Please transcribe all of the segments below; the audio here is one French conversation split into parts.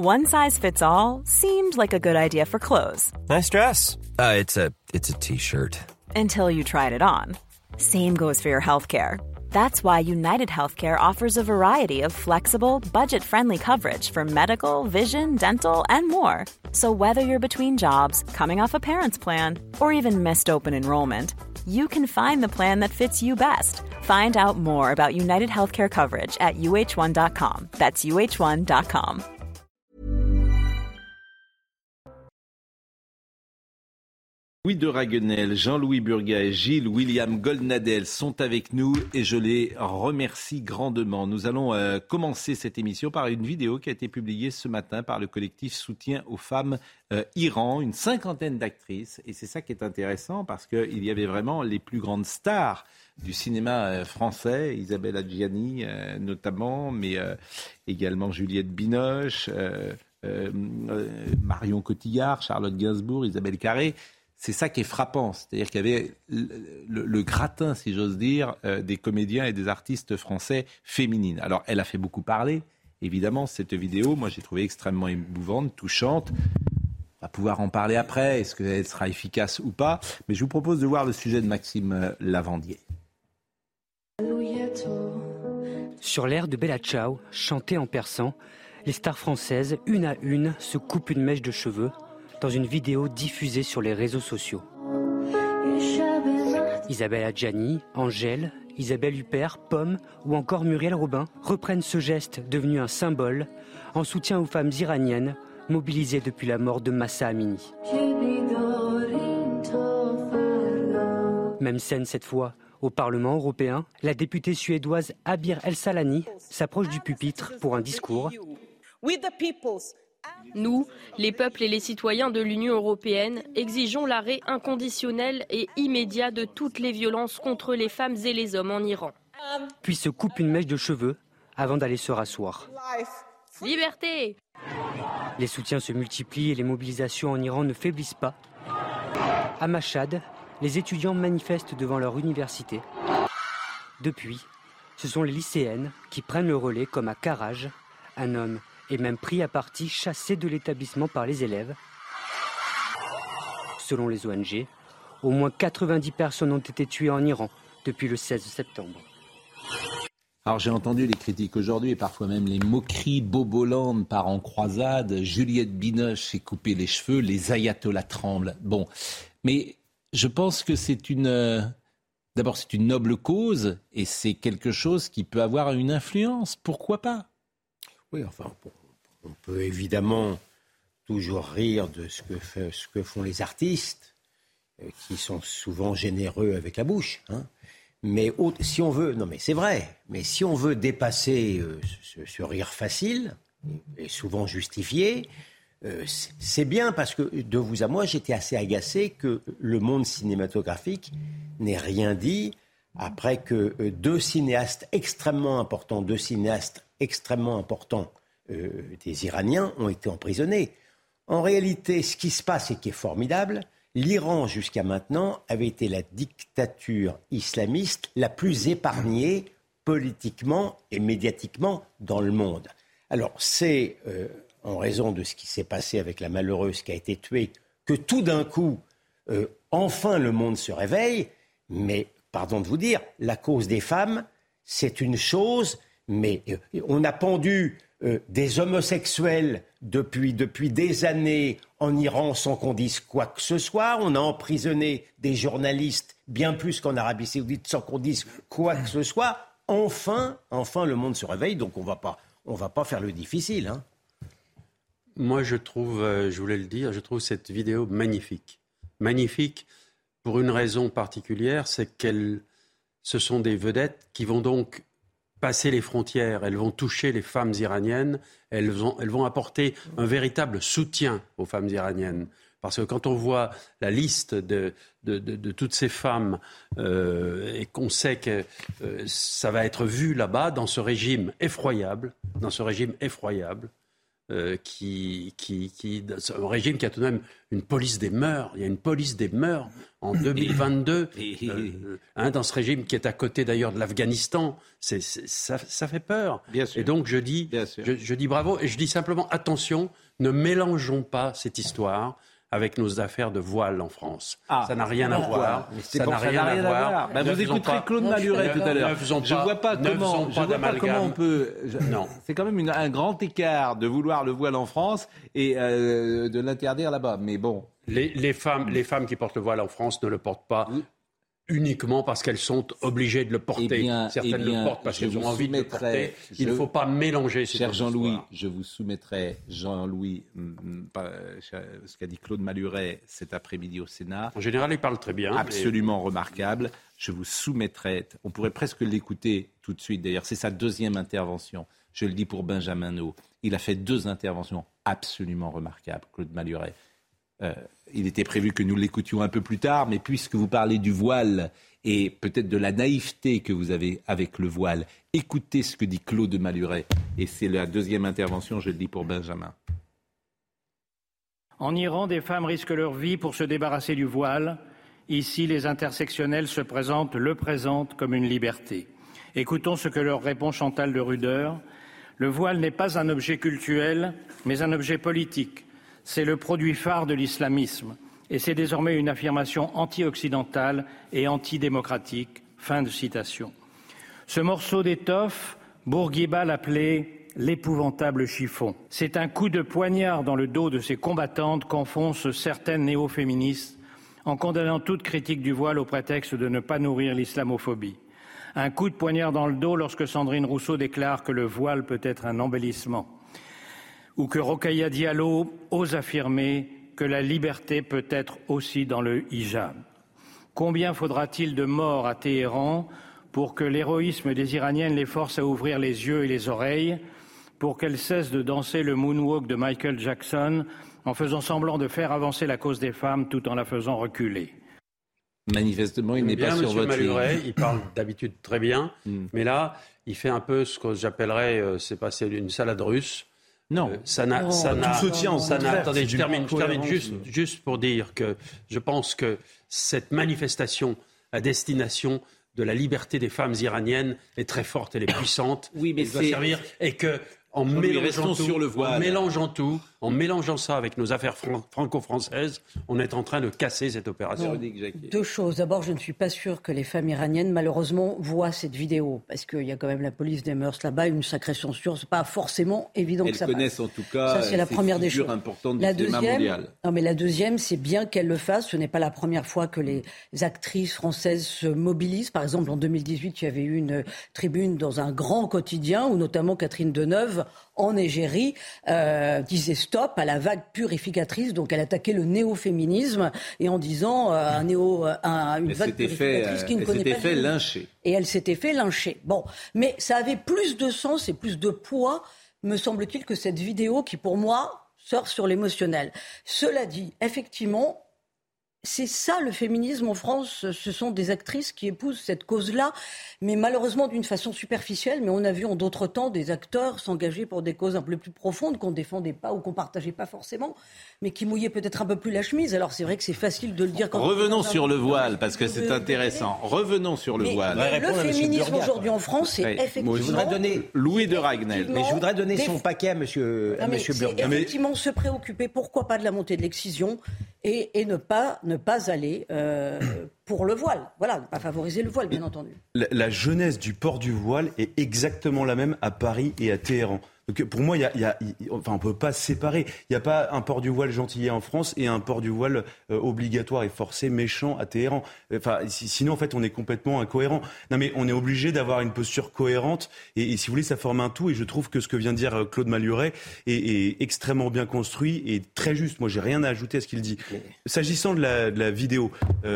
One size fits all seemed like a good idea for clothes. Nice dress. It's a t-shirt. Until you tried it on. Same goes for your healthcare. That's why United Healthcare offers a variety of flexible, budget-friendly coverage for medical, vision, dental, and more. So whether you're between jobs, coming off a parent's plan, or even missed open enrollment, you can find the plan that fits you best. Find out more about United Healthcare coverage at uh1.com. That's uh1.com. Louis de Raguenel, Jean-Louis Burgat et Gilles William Goldnadel sont avec nous et je les remercie grandement. Nous allons commencer cette émission par une vidéo qui a été publiée ce matin par le collectif Soutien aux femmes Iran, une 50aine d'actrices. Et c'est ça qui est intéressant parce qu'il y avait vraiment les plus grandes stars du cinéma français, Isabelle Adjani notamment, mais également Juliette Binoche, Marion Cotillard, Charlotte Gainsbourg, Isabelle Carré. C'est ça qui est frappant, c'est-à-dire qu'il y avait le gratin, si j'ose dire, des comédiens et des artistes français féminines. Alors, elle a fait beaucoup parler, évidemment, cette vidéo. Moi, j'ai trouvé extrêmement émouvante, touchante. On va pouvoir en parler après, est-ce qu'elle sera efficace ou pas. Mais je vous propose de voir le sujet de Maxime Lavandier. Sur l'air de Bella Ciao, chanté en persan, les stars françaises, une à une, se coupent une mèche de cheveux dans une vidéo diffusée sur les réseaux sociaux. Isabelle Adjani, Angèle, Isabelle Huppert, Pomme ou encore Muriel Robin reprennent ce geste devenu un symbole en soutien aux femmes iraniennes mobilisées depuis la mort de Mahsa Amini. Même scène cette fois. Au Parlement européen, la députée suédoise Abir El-Salani s'approche du pupitre pour un discours. Nous, les peuples et les citoyens de l'Union européenne, exigeons l'arrêt inconditionnel et immédiat de toutes les violences contre les femmes et les hommes en Iran. Puis se coupe une mèche de cheveux avant d'aller se rasseoir. Liberté! Les soutiens se multiplient et les mobilisations en Iran ne faiblissent pas. À Mashhad, les étudiants manifestent devant leur université. Depuis, ce sont les lycéennes qui prennent le relais comme à Karaj, un homme est même pris à partie, chassé de l'établissement par les élèves. Selon les ONG, au moins 90 personnes ont été tuées en Iran depuis le 16 septembre. Alors j'ai entendu les critiques aujourd'hui et parfois même les moqueries. Boboland part en croisade, Juliette Binoche s'est coupé les cheveux, les ayatollahs tremblent. Bon, mais je pense que d'abord c'est une noble cause et c'est quelque chose qui peut avoir une influence. Pourquoi pas ? Oui, enfin, on peut évidemment toujours rire de ce que font les artistes, qui sont souvent généreux avec la bouche. Hein. Mais si on veut, non mais c'est vrai, mais si on veut dépasser ce rire facile, et souvent justifié, c'est bien parce que de vous à moi, j'étais assez agacé que le monde cinématographique n'ait rien dit après que deux cinéastes extrêmement importants des Iraniens ont été emprisonnés. En réalité, ce qui se passe et qui est formidable, l'Iran jusqu'à maintenant avait été la dictature islamiste la plus épargnée politiquement et médiatiquement dans le monde. Alors c'est en raison de ce qui s'est passé avec la malheureuse qui a été tuée que tout d'un coup, enfin le monde se réveille, mais pardon de vous dire, la cause des femmes, c'est une chose, mais on a pendu des homosexuels depuis des années en Iran sans qu'on dise quoi que ce soit. On a emprisonné des journalistes bien plus qu'en Arabie Saoudite sans qu'on dise quoi que ce soit. Enfin, le monde se réveille, donc on va pas faire le difficile. Hein. Moi, je trouve, je voulais le dire, je trouve cette vidéo magnifique. Magnifique pour une raison particulière, c'est ce sont des vedettes qui vont donc passer les frontières, elles vont toucher les femmes iraniennes, elles vont apporter un véritable soutien aux femmes iraniennes. Parce que quand on voit la liste de toutes ces femmes et qu'on sait que ça va être vu là-bas, dans ce régime effroyable, un régime qui a tout de même une police des mœurs. Il y a une police des mœurs en 2022, dans ce régime qui est à côté d'ailleurs de l'Afghanistan. Ça fait peur. Bien sûr. Et donc je dis bravo, et je dis simplement attention, ne mélangeons pas cette histoire avec nos affaires de voile en France. Ça n'a rien à voir. Ça n'a rien à voir. Vous écouterez Claude Maluret tout à l'heure. Je ne vois pas comment on peut... Non. C'est quand même un grand écart de vouloir le voile en France et de l'interdire là-bas. Mais bon... Les femmes qui portent le voile en France ne le portent pas uniquement parce qu'elles sont obligées de le porter. Certaines le portent parce qu'elles ont envie de le porter. Il ne faut pas mélanger ces Cher deux Jean-Louis, histoires. je vous soumettrai, ce qu'a dit Claude Maluret cet après-midi au Sénat. En général, il parle très bien. Absolument remarquable. Je vous soumettrai, on pourrait presque l'écouter tout de suite. D'ailleurs, c'est sa deuxième intervention. Je le dis pour Benjamin No. Il a fait 2 interventions absolument remarquables, Claude Maluret. Il était prévu que nous l'écoutions un peu plus tard, mais puisque vous parlez du voile et peut-être de la naïveté que vous avez avec le voile, écoutez ce que dit Claude Maluret. Et c'est la deuxième intervention, je le dis pour Benjamin. En Iran, des femmes risquent leur vie pour se débarrasser du voile. Ici, les intersectionnels le présentent comme une liberté. Écoutons ce que leur répond Chantal de Rudeur. Le voile n'est pas un objet cultuel, mais un objet politique. C'est le produit phare de l'islamisme et c'est désormais une affirmation anti-occidentale et antidémocratique. Fin de citation. Ce morceau d'étoffe, Bourguiba l'appelait l'épouvantable chiffon. C'est un coup de poignard dans le dos de ces combattantes qu'enfoncent certaines néo-féministes en condamnant toute critique du voile au prétexte de ne pas nourrir l'islamophobie. Un coup de poignard dans le dos lorsque Sandrine Rousseau déclare que le voile peut être un embellissement. Ou que Rokhaya Diallo ose affirmer que la liberté peut être aussi dans le hijab. Combien faudra-t-il de morts à Téhéran pour que l'héroïsme des Iraniennes les force à ouvrir les yeux et les oreilles, pour qu'elles cessent de danser le moonwalk de Michael Jackson en faisant semblant de faire avancer la cause des femmes tout en la faisant reculer? Manifestement, il n'est pas sur votre ligne. Il parle d'habitude très bien, mais là, il fait un peu ce que j'appellerais, c'est passé d'une salade russe. Non, ça n'a. Attendez, je termine juste pour dire que je pense que cette manifestation à destination de la liberté des femmes iraniennes est très forte, elle est puissante. Oui, mais elle doit servir et que en mélangeant ça avec nos affaires franco-françaises, on est en train de casser cette opération. Deux choses. D'abord, je ne suis pas sûre que les femmes iraniennes, malheureusement, voient cette vidéo. Parce qu'il y a quand même la police des mœurs là-bas, une sacrée censure. C'est pas forcément évident que ça passe. Elles connaissent en tout cas ça, c'est la première des choses importantes du cinéma mondial. Non, mais la deuxième, c'est bien qu'elles le fassent. Ce n'est pas la première fois que les actrices françaises se mobilisent. Par exemple, en 2018, il y avait eu une tribune dans un grand quotidien où notamment Catherine Deneuve, en Égérie, disait stop à la vague purificatrice. Donc elle attaquait le néo-féminisme et en disant une vague purificatrice qui ne connaît pas. Elle s'était fait lyncher. Et elle s'était fait lyncher. Bon, mais ça avait plus de sens et plus de poids, me semble-t-il, que cette vidéo qui, pour moi, sort sur l'émotionnel. Cela dit, effectivement, c'est ça le féminisme en France, ce sont des actrices qui épousent cette cause-là, mais malheureusement d'une façon superficielle, mais on a vu en d'autres temps des acteurs s'engager pour des causes un peu plus profondes qu'on ne défendait pas ou qu'on ne partageait pas forcément, mais qui mouillaient peut-être un peu plus la chemise. Alors c'est vrai que c'est facile de le dire quand... Revenons sur le voile, parce que c'est intéressant. Revenons sur le voile. Le féminisme aujourd'hui en France, c'est effectivement... Je voudrais donner... Louis de Ragnel. Mais je voudrais donner son paquet à monsieur Burgat. Effectivement, se préoccuper, pourquoi pas, de la montée de l'excision et ne pas aller pour le voile. Voilà, ne pas favoriser le voile, bien entendu. La jeunesse du port du voile est exactement la même à Paris et à Téhéran. Donc pour moi, on ne peut pas se séparer. Il n'y a pas un port du voile gentillet en France et un port du voile obligatoire et forcé, méchant à Téhéran. Sinon, en fait, on est complètement incohérent. Non, mais on est obligé d'avoir une posture cohérente. Et si vous voulez, ça forme un tout. Et je trouve que ce que vient de dire Claude Maluret est extrêmement bien construit et très juste. Moi, j'ai rien à ajouter à ce qu'il dit. S'agissant de la vidéo,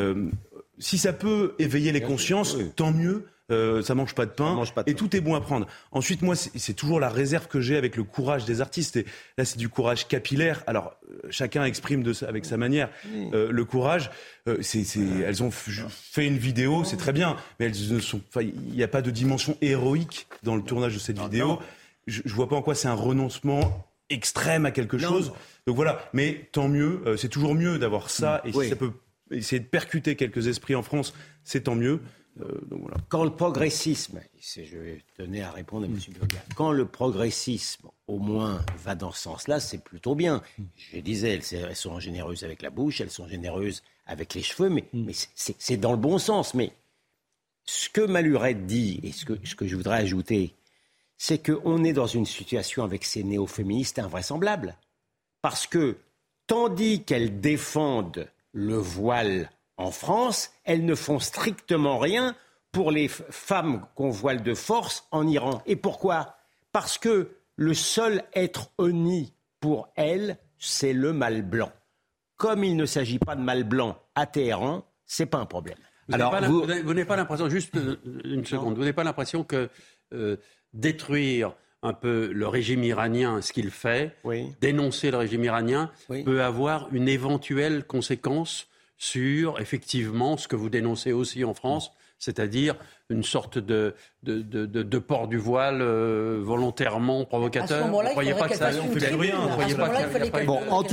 si ça peut éveiller les consciences, tant mieux. Ça mange pas de pain et tout est bon à prendre. Ensuite, moi, c'est toujours la réserve que j'ai avec le courage des artistes. Et là, c'est du courage capillaire. Alors, chacun exprime avec sa manière le courage. Elles ont fait une vidéo, c'est très bien, mais il n'y a pas de dimension héroïque dans le tournage de cette vidéo. Je vois pas en quoi c'est un renoncement extrême à quelque chose. Donc voilà, mais tant mieux, c'est toujours mieux d'avoir ça, et si ça peut essayer de percuter quelques esprits en France, c'est tant mieux. Donc voilà. Quand le progressisme, je vais donner à répondre à M. Burgat, quand le progressisme au moins va dans ce sens-là, c'est plutôt bien. Je disais, elles sont généreuses avec la bouche, elles sont généreuses avec les cheveux, mais c'est dans le bon sens. Mais ce que Malurette dit, et ce que je voudrais ajouter, c'est qu'on est dans une situation avec ces néo-féministes invraisemblables. Parce que, tandis qu'elles défendent le voile en France, elles ne font strictement rien pour les femmes qu'on voile de force en Iran. Et pourquoi ? Parce que le seul être honni pour elles, c'est le mâle blanc. Comme il ne s'agit pas de mâle blanc à Téhéran, c'est pas un problème. Vous n'avez pas l'impression, juste une seconde, vous n'avez pas l'impression que détruire un peu le régime iranien, ce qu'il fait, dénoncer le régime iranien, peut avoir une éventuelle conséquence sur, effectivement, ce que vous dénoncez aussi en France, c'est-à-dire une sorte de port du voile volontairement provocateur. À ce moment-là, il faudrait qu'elle fasse une tribune. Bon, en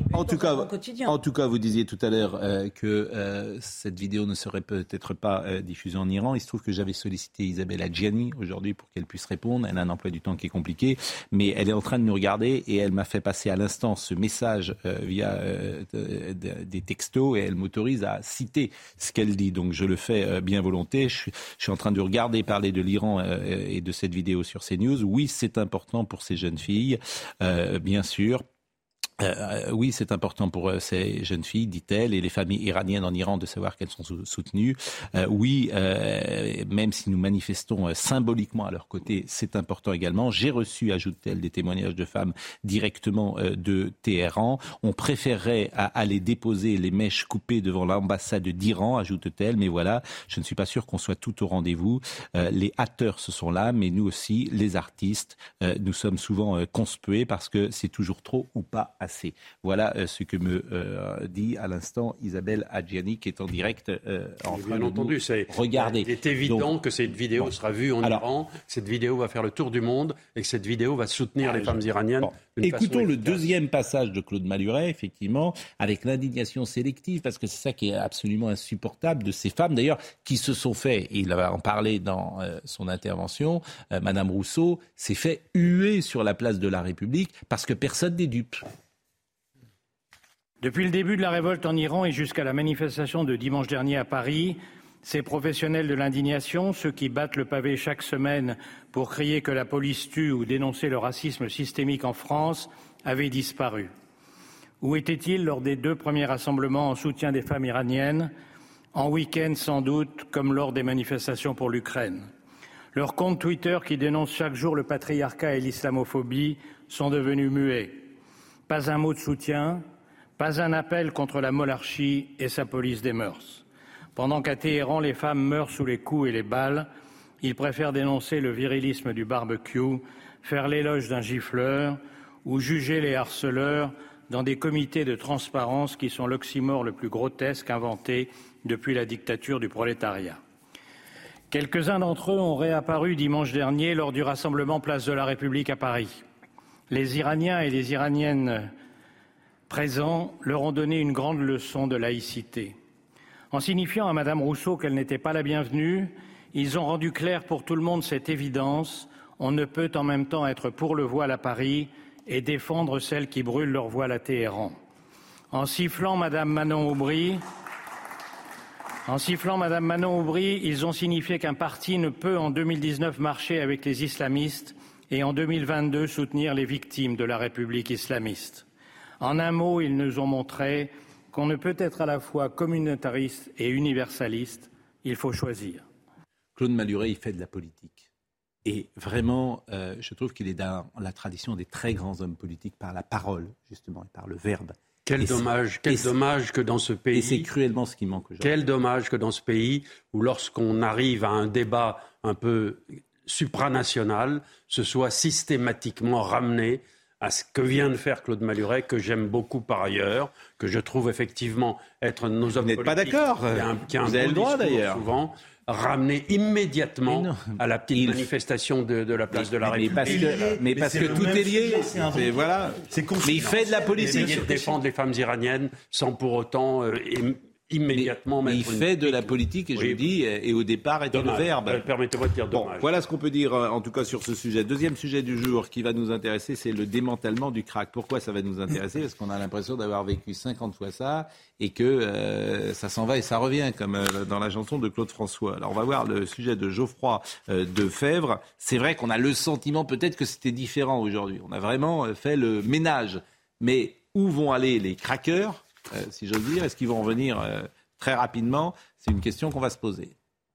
tout cas, vous disiez tout à l'heure que cette vidéo ne serait peut-être pas diffusée en Iran. Il se trouve que j'avais sollicité Isabelle Adjani aujourd'hui pour qu'elle puisse répondre. Elle a un emploi du temps qui est compliqué, mais elle est en train de nous regarder et elle m'a fait passer à l'instant ce message via des textos et elle m'autorise à citer ce qu'elle dit. Donc je le fais bien volonté. Je suis en train de regarder parler de l'Iran et de cette vidéo sur CNews. Oui, c'est important pour ces jeunes filles, bien sûr. Oui, c'est important pour ces jeunes filles, dit-elle, et les familles iraniennes en Iran de savoir qu'elles sont soutenues. Oui, même si nous manifestons symboliquement à leur côté, c'est important également. J'ai reçu, ajoute-t-elle, des témoignages de femmes directement de Téhéran. On préférerait aller déposer les mèches coupées devant l'ambassade d'Iran, ajoute-t-elle, mais voilà, je ne suis pas sûr qu'on soit tout au rendez-vous. Les haters, ce sont là, mais nous aussi, les artistes, nous sommes souvent conspués parce que c'est toujours trop ou pas assez. Voilà ce que me dit à l'instant Isabelle Adjani qui est en direct en train de regarder. Il est évident que cette vidéo sera vue en Iran, que cette vidéo va faire le tour du monde et que cette vidéo va soutenir les femmes iraniennes. Écoutons le deuxième passage de Claude Maluret, effectivement, avec l'indignation sélective, parce que c'est ça qui est absolument insupportable de ces femmes, d'ailleurs, qui se sont fait, et il va en parler dans son intervention, Madame Rousseau s'est fait huer sur la place de la République parce que personne n'est dupe. Depuis le début de la révolte en Iran et jusqu'à la manifestation de dimanche dernier à Paris, ces professionnels de l'indignation, ceux qui battent le pavé chaque semaine pour crier que la police tue ou dénoncer le racisme systémique en France, avaient disparu. Où étaient-ils lors des 2 premiers rassemblements en soutien des femmes iraniennes, en week-end sans doute, comme lors des manifestations pour l'Ukraine? Leurs comptes Twitter qui dénoncent chaque jour le patriarcat et l'islamophobie sont devenus muets. Pas un mot de soutien, pas un appel contre la monarchie et sa police des mœurs. Pendant qu'à Téhéran, les femmes meurent sous les coups et les balles, ils préfèrent dénoncer le virilisme du barbecue, faire l'éloge d'un gifleur ou juger les harceleurs dans des comités de transparence qui sont l'oxymore le plus grotesque inventé depuis la dictature du prolétariat. Quelques-uns d'entre eux ont réapparu dimanche dernier lors du rassemblement Place de la République à Paris. Les Iraniens et les Iraniennes présents leur ont donné une grande leçon de laïcité. En signifiant à Madame Rousseau qu'elle n'était pas la bienvenue, ils ont rendu clair pour tout le monde cette évidence: on ne peut en même temps être pour le voile à Paris et défendre celles qui brûlent leur voile à Téhéran. En sifflant Madame Manon Aubry, ils ont signifié qu'un parti ne peut en 2019 marcher avec les islamistes et en 2022 soutenir les victimes de la République islamiste. En un mot, ils nous ont montré qu'on ne peut être à la fois communautariste et universaliste. Il faut choisir. Claude Maluret, il fait de la politique. Et vraiment, je trouve qu'il est dans la tradition des très grands hommes politiques par la parole, justement, et par le verbe. Quel dommage que dans ce pays... Et c'est cruellement ce qui manque aujourd'hui. Quel dommage que dans ce pays, où lorsqu'on arrive à un débat un peu supranational, ce soit systématiquement ramené à ce que vient de faire Claude Malhuret, que j'aime beaucoup par ailleurs, que je trouve effectivement être un de nos hommes politiques. Vous n'êtes pas d'accord. Qui a Vous avez le droit d'ailleurs. Souvent, ramener immédiatement à la petite manifestation de la place de la République. Mais parce que tout est lié. Voilà. Mais il fait de la politique. Il défendre les femmes iraniennes sans pour autant immédiatement mais il fait de la politique, et je dis, et au départ était le verbe. Permettez-moi de dire dommage. Voilà ce qu'on peut dire en tout cas sur ce sujet. Deuxième sujet du jour qui va nous intéresser, c'est le démantèlement du crack. Pourquoi ça va nous intéresser ? Parce qu'on a l'impression d'avoir vécu 50 fois ça et que ça s'en va et ça revient, comme dans la chanson de Claude François. Alors on va voir le sujet de Geoffroy Defebvre. C'est vrai qu'on a le sentiment peut-être que c'était différent aujourd'hui. On a vraiment fait le ménage. Mais où vont aller les craqueurs ? Si j'ose dire, est-ce qu'ils vont revenir très rapidement ? C'est une question qu'on va se poser.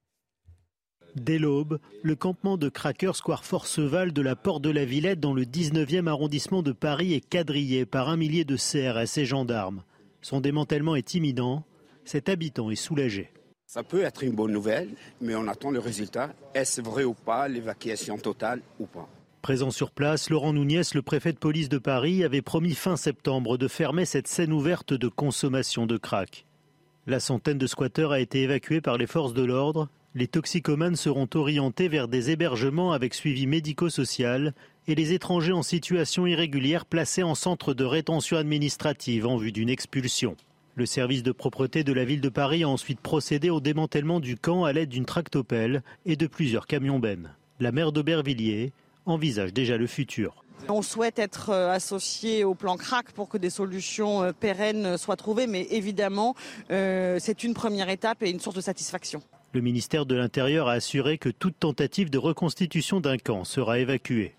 Dès l'aube, le campement de craqueurs square Forceval de la Porte de la Villette dans le 19e arrondissement de Paris est quadrillé par un millier de CRS et gendarmes. Son démantèlement est imminent, cet habitant est soulagé. Ça peut être une bonne nouvelle, mais on attend le résultat. Est-ce vrai ou pas, l'évacuation totale ou pas ? Présent sur place, Laurent Nouniès, le préfet de police de Paris, avait promis fin septembre de fermer cette scène ouverte de consommation de crack. La centaine de squatteurs a été évacuée par les forces de l'ordre. Les toxicomanes seront orientés vers des hébergements avec suivi médico-social et les étrangers en situation irrégulière placés en centre de rétention administrative en vue d'une expulsion. Le service de propreté de la ville de Paris a ensuite procédé au démantèlement du camp à l'aide d'une tractopelle et de plusieurs camions-bennes. La maire d'Aubervilliers envisage déjà le futur. On souhaite être associé au plan crack pour que des solutions pérennes soient trouvées, mais évidemment, c'est une première étape et une source de satisfaction. Le ministère de l'Intérieur a assuré que toute tentative de reconstitution d'un camp sera évacuée.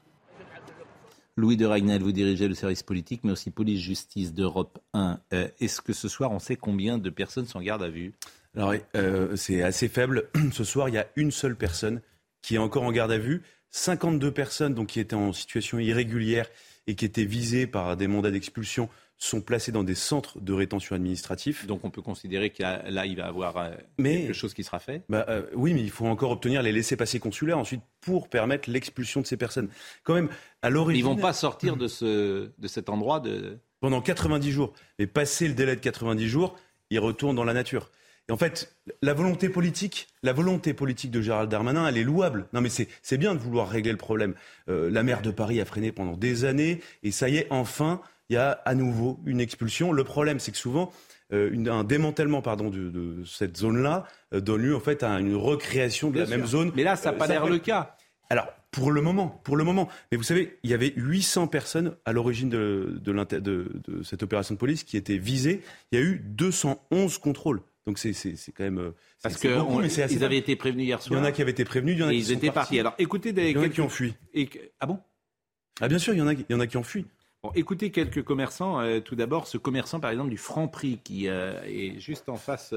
Louis de Ragnel, vous dirigez le service politique, mais aussi police-justice d'Europe 1. Est-ce que ce soir, on sait combien de personnes sont en garde à vue ? Alors, c'est assez faible. Ce soir, il y a une seule personne qui est encore en garde à vue. 52 personnes donc, qui étaient en situation irrégulière et qui étaient visées par des mandats d'expulsion sont placées dans des centres de rétention administratif. Donc on peut considérer que là, il va y avoir quelque chose qui sera fait. Oui, mais il faut encore obtenir les laissez-passer consulaires ensuite pour permettre l'expulsion de ces personnes. Quand même, à l'origine, ils ne vont pas sortir de cet endroit pendant 90 jours. Mais passé le délai de 90 jours, ils retournent dans la nature. Et en fait, la volonté politique de Gérald Darmanin, elle est louable. Non mais c'est bien de vouloir régler le problème. La maire de Paris a freiné pendant des années et ça y est, enfin, il y a à nouveau une expulsion. Le problème, c'est que souvent, un démantèlement de cette zone-là donne lieu en fait à une recréation de la même zone. Mais là, ça n'a pas l'air le cas. Alors, pour le moment. Mais vous savez, il y avait 800 personnes à l'origine de cette opération de police qui étaient visées. Il y a eu 211 contrôles. Donc c'est quand même... Parce qu'ils avaient été prévenus hier soir. Il y en a qui avaient été prévenus, il y en a qui sont étaient partis. Alors écoutez, il y en a qui ont fui. Ah bon ? Ah bien sûr, il y en a qui ont fui. Bon, écoutez quelques commerçants. Tout d'abord, ce commerçant par exemple du Franprix qui est juste en face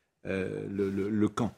le camp.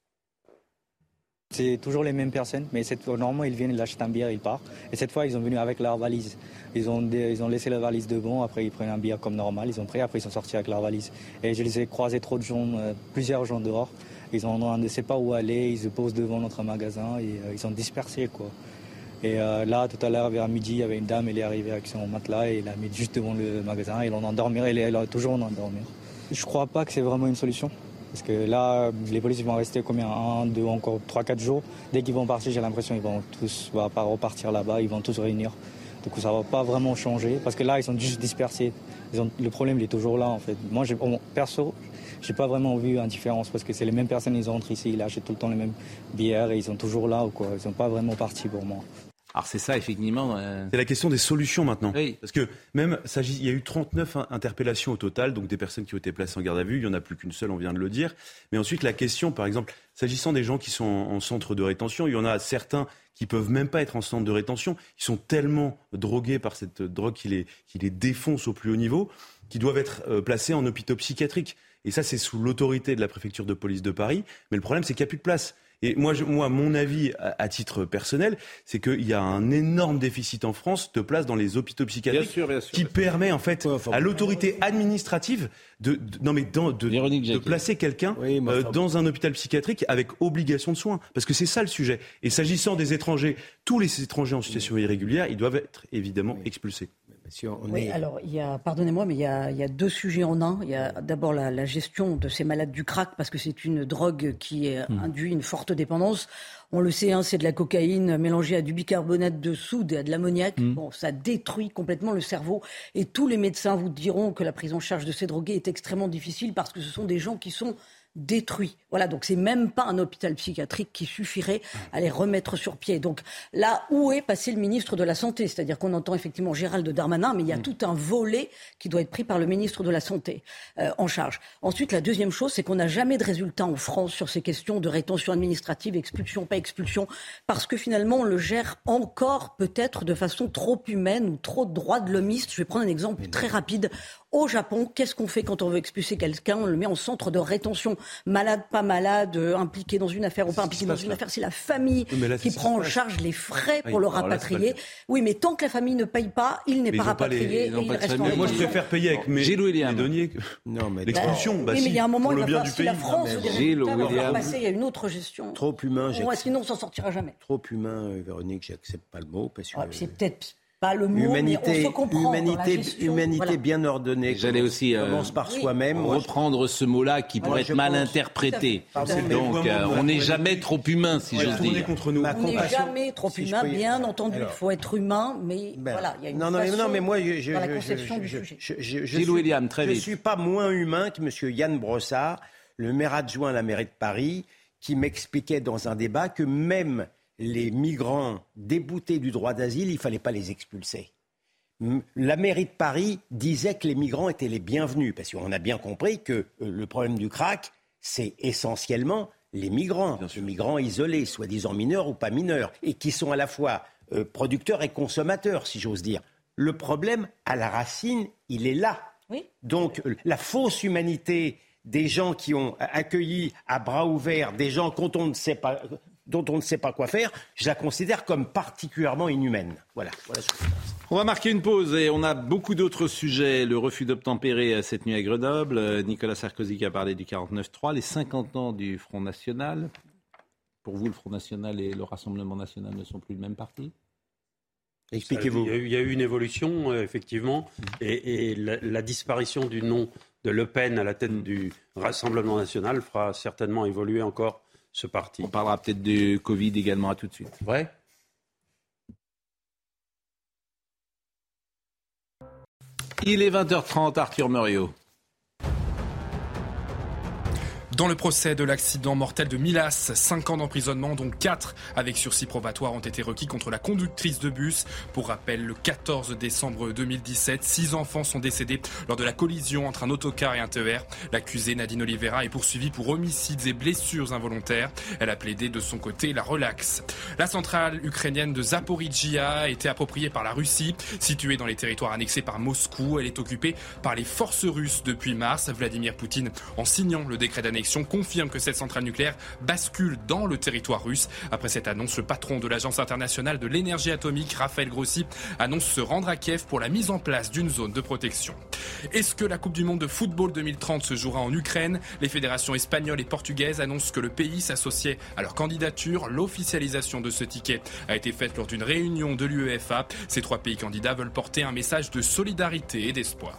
C'est toujours les mêmes personnes, mais normalement ils viennent, ils achètent un bière, ils partent. Et cette fois ils sont venus avec leur valise. Ils ont laissé leur valise devant, après ils prennent un bière comme normal, ils ont pris, après ils sont sortis avec leur valise. Et je les ai croisés trop de gens, plusieurs gens dehors. Ils ne savent pas où aller, ils se posent devant notre magasin et ils sont dispersés quoi. Et là tout à l'heure vers midi, il y avait une dame, elle est arrivée avec son matelas et elle l'a mis juste devant le magasin et elle a toujours en endormir. Je crois pas que c'est vraiment une solution. Parce que là, les policiers vont rester combien ? 1, 2, encore 3, 4 jours. Dès qu'ils vont partir, j'ai l'impression qu'ils vont tous pas repartir là-bas, ils vont tous se réunir. Du coup, ça ne va pas vraiment changer. Parce que là, ils sont juste dispersés. Le problème, il est toujours là, en fait. Moi, perso, je n'ai pas vraiment vu une différence. Parce que c'est les mêmes personnes, ils entrent ici, ils achètent tout le temps les mêmes bières et ils sont toujours là. Quoi. Ils ne sont pas vraiment partis pour moi. Alors c'est ça, effectivement. C'est la question des solutions maintenant. Oui. Parce que même, il y a eu 39 interpellations au total, donc des personnes qui ont été placées en garde à vue. Il n'y en a plus qu'une seule, on vient de le dire. Mais ensuite, la question, par exemple, s'agissant des gens qui sont en centre de rétention, il y en a certains qui peuvent même pas être en centre de rétention. Ils sont tellement drogués par cette drogue qui les défonce au plus haut niveau, qu'ils doivent être placés en hôpitaux psychiatriques. Et ça, c'est sous l'autorité de la préfecture de police de Paris. Mais le problème, c'est qu'il n'y a plus de place. Et moi, mon avis, à titre personnel, c'est qu'il y a un énorme déficit en France de places dans les hôpitaux psychiatriques qui permet en fait à l'autorité administrative de placer quelqu'un dans un hôpital psychiatrique avec obligation de soins. Parce que c'est ça le sujet. Et s'agissant des étrangers, tous les étrangers en situation irrégulière, ils doivent être évidemment expulsés. Alors, pardonnez-moi, mais il y a deux sujets en un. Il y a d'abord la gestion de ces malades du crack, parce que c'est une drogue qui induit une forte dépendance. On le sait, c'est de la cocaïne mélangée à du bicarbonate de soude et à de l'ammoniac. Bon, ça détruit complètement le cerveau. Et tous les médecins vous diront que la prise en charge de ces drogués est extrêmement difficile parce que ce sont des gens qui sont détruits. Voilà, donc c'est même pas un hôpital psychiatrique qui suffirait à les remettre sur pied. Donc là, où est passé le ministre de la Santé ? C'est-à-dire qu'on entend effectivement Gérald Darmanin, mais il y a tout un volet qui doit être pris par le ministre de la Santé en charge. Ensuite, la deuxième chose, c'est qu'on n'a jamais de résultat en France sur ces questions de rétention administrative, expulsion, pas expulsion, parce que finalement, on le gère encore peut-être de façon trop humaine ou trop droit de l'homiste. Je vais prendre un exemple très rapide. Au Japon, qu'est-ce qu'on fait quand on veut expulser quelqu'un ? On le met en centre de rétention. Malade, pas malade, impliqué dans une affaire ou pas impliqué dans une affaire. C'est la famille qui prend en charge les frais pour le rapatrier. Oui, mais tant que la famille ne paye pas, il n'est pas rapatrié. Il reste en moi, je préfère payer avec mes deniers l'expulsion. Oui, mais il y a un moment, pour le bien si la France veut passer, il y a une autre gestion. Trop humain. Sinon, on ne s'en sortira jamais. Trop humain, Véronique, j'accepte pas le mot. Parce que c'est peut-être pas le mot, mais on se comprend humanité bien ordonnée. J'allais aussi commence par soi-même. Reprendre ce mot-là qui pourrait être mal interprété. Donc, on n'est jamais trop humain, si j'ose dire. On n'est jamais trop humain, bien entendu. Il faut être humain, mais voilà, il y a une façon mais moi, dans la conception du sujet. Je ne suis pas moins humain que M. Yann Brossard, le maire adjoint à la mairie de Paris, qui m'expliquait dans un débat que même les migrants déboutés du droit d'asile, il ne fallait pas les expulser. La mairie de Paris disait que les migrants étaient les bienvenus, parce qu'on a bien compris que le problème du crack, c'est essentiellement les migrants isolés, soi-disant mineurs ou pas mineurs, et qui sont à la fois producteurs et consommateurs, si j'ose dire. Le problème, à la racine, il est là. Oui. Donc, la fausse humanité des gens qui ont accueilli à bras ouverts des gens dont on ne sait pas quoi faire, je la considère comme particulièrement inhumaine. Voilà ce que je pense. On va marquer une pause et on a beaucoup d'autres sujets. Le refus d'obtempérer cette nuit à Grenoble. Nicolas Sarkozy qui a parlé du 49-3, les 50 ans du Front National. Pour vous, le Front National et le Rassemblement National ne sont plus le même parti ? Expliquez-vous. Il y a eu une évolution, effectivement, et la disparition du nom de Le Pen à la tête du Rassemblement National fera certainement évoluer encore ce parti. On parlera peut-être du Covid également, à tout de suite. Ouais. Il est 20h30, Arthur Muriot. Dans le procès de l'accident mortel de Milas, 5 ans d'emprisonnement, dont 4 avec sursis probatoire, ont été requis contre la conductrice de bus. Pour rappel, le 14 décembre 2017, 6 enfants sont décédés lors de la collision entre un autocar et un TER. L'accusée Nadine Oliveira est poursuivie pour homicides et blessures involontaires. Elle a plaidé de son côté la relaxe. La centrale ukrainienne de Zaporijia a été appropriée par la Russie. Située dans les territoires annexés par Moscou, elle est occupée par les forces russes depuis mars. Vladimir Poutine, en signant le décret d'annexion, confirme que cette centrale nucléaire bascule dans le territoire russe. Après cette annonce, le patron de l'Agence internationale de l'énergie atomique, Raphaël Grossi, annonce se rendre à Kiev pour la mise en place d'une zone de protection. Est-ce que la Coupe du Monde de football 2030 se jouera en Ukraine ? Les fédérations espagnoles et portugaises annoncent que le pays s'associait à leur candidature. L'officialisation de ce ticket a été faite lors d'une réunion de l'UEFA. Ces 3 pays candidats veulent porter un message de solidarité et d'espoir.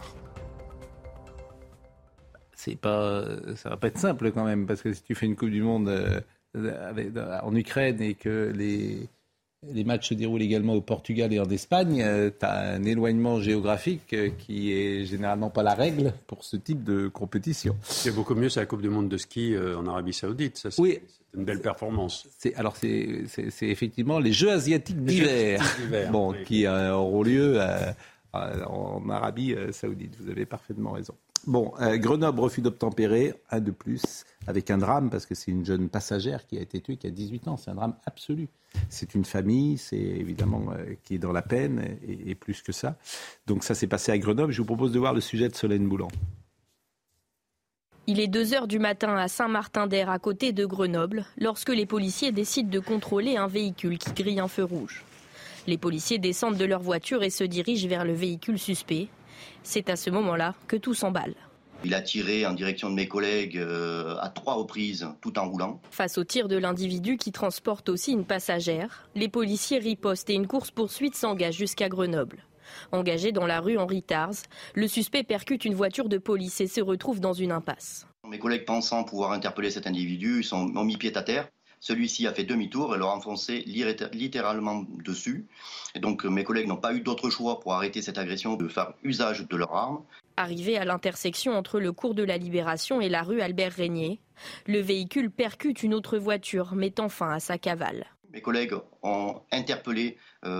Ça va pas être simple quand même, parce que si tu fais une Coupe du Monde en Ukraine et que les matchs se déroulent également au Portugal et en Espagne, tu as un éloignement géographique qui est généralement pas la règle pour ce type de compétition. C'est beaucoup mieux, c'est la Coupe du Monde de ski en Arabie Saoudite. Ça, c'est une belle performance. C'est effectivement les Jeux asiatiques d'hiver, qui auront lieu en Arabie Saoudite. Vous avez parfaitement raison. Bon, Grenoble, refus d'obtempérer, un de plus, avec un drame, parce que c'est une jeune passagère qui a été tuée, qui a 18 ans. C'est un drame absolu. C'est une famille, c'est évidemment qui est dans la peine, et plus que ça. Donc ça s'est passé à Grenoble. Je vous propose de voir le sujet de Solène Boulan. Il est 2h du matin à Saint-Martin-d'Air, à côté de Grenoble, lorsque les policiers décident de contrôler un véhicule qui grille un feu rouge. Les policiers descendent de leur voiture et se dirigent vers le véhicule suspect. C'est à ce moment-là que tout s'emballe. Il a tiré en direction de mes collègues à 3 reprises, tout en roulant. Face au tir de l'individu qui transporte aussi une passagère, les policiers ripostent et une course-poursuite s'engage jusqu'à Grenoble. Engagé dans la rue Henri Tars, le suspect percute une voiture de police et se retrouve dans une impasse. Mes collègues, pensant pouvoir interpeller cet individu, ont mis pied à terre. Celui-ci a fait demi-tour et leur a enfoncé littéralement dessus. Et donc mes collègues n'ont pas eu d'autre choix pour arrêter cette agression de faire usage de leurs armes. Arrivé à l'intersection entre le cours de la Libération et la rue Albert-Régnier, le véhicule percute une autre voiture, mettant fin à sa cavale. Mes collègues ont interpellé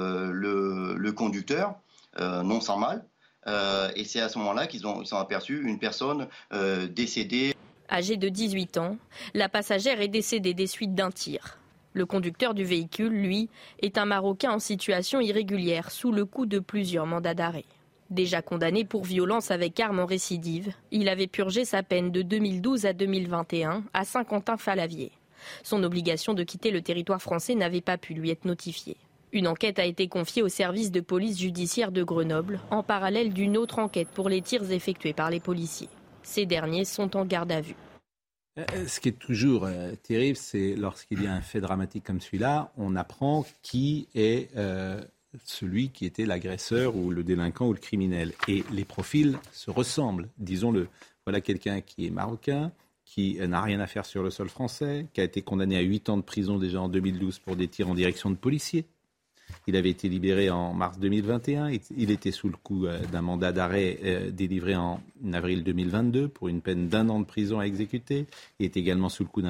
le conducteur, non sans mal, et c'est à ce moment-là qu'ils ont aperçu une personne décédée. Âgée de 18 ans, la passagère est décédée des suites d'un tir. Le conducteur du véhicule, lui, est un Marocain en situation irrégulière, sous le coup de plusieurs mandats d'arrêt. Déjà condamné pour violence avec arme en récidive, il avait purgé sa peine de 2012 à 2021 à Saint-Quentin-Fallavier. Son obligation de quitter le territoire français n'avait pas pu lui être notifiée. Une enquête a été confiée au service de police judiciaire de Grenoble, en parallèle d'une autre enquête pour les tirs effectués par les policiers. Ces derniers sont en garde à vue. Ce qui est toujours terrible, c'est lorsqu'il y a un fait dramatique comme celui-là, on apprend qui est celui qui était l'agresseur ou le délinquant ou le criminel. Et les profils se ressemblent, disons-le. Voilà quelqu'un qui est marocain, qui n'a rien à faire sur le sol français, qui a été condamné à 8 ans de prison déjà en 2012 pour des tirs en direction de policiers. Il avait été libéré en mars 2021. Il était sous le coup d'un mandat d'arrêt délivré en avril 2022 pour une peine d'1 an de prison à exécuter. Il est également sous le coup d'un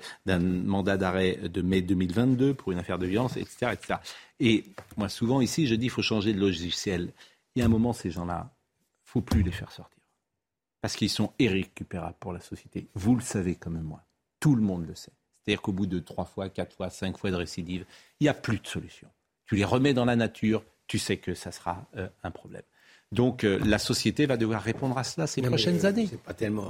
mandat d'arrêt de mai 2022 pour une affaire de violence, etc., etc. Et moi, souvent ici, je dis qu'il faut changer de logiciel. Il y a un moment, ces gens-là, il ne faut plus les faire sortir. Parce qu'ils sont irrécupérables pour la société. Vous le savez comme moi. Tout le monde le sait. C'est-à-dire qu'au bout de 3 fois, 4 fois, 5 fois de récidive, il n'y a plus de solution. Tu les remets dans la nature, tu sais que ça sera un problème. Donc la société va devoir répondre à cela ces prochaines années. C'est pas tellement...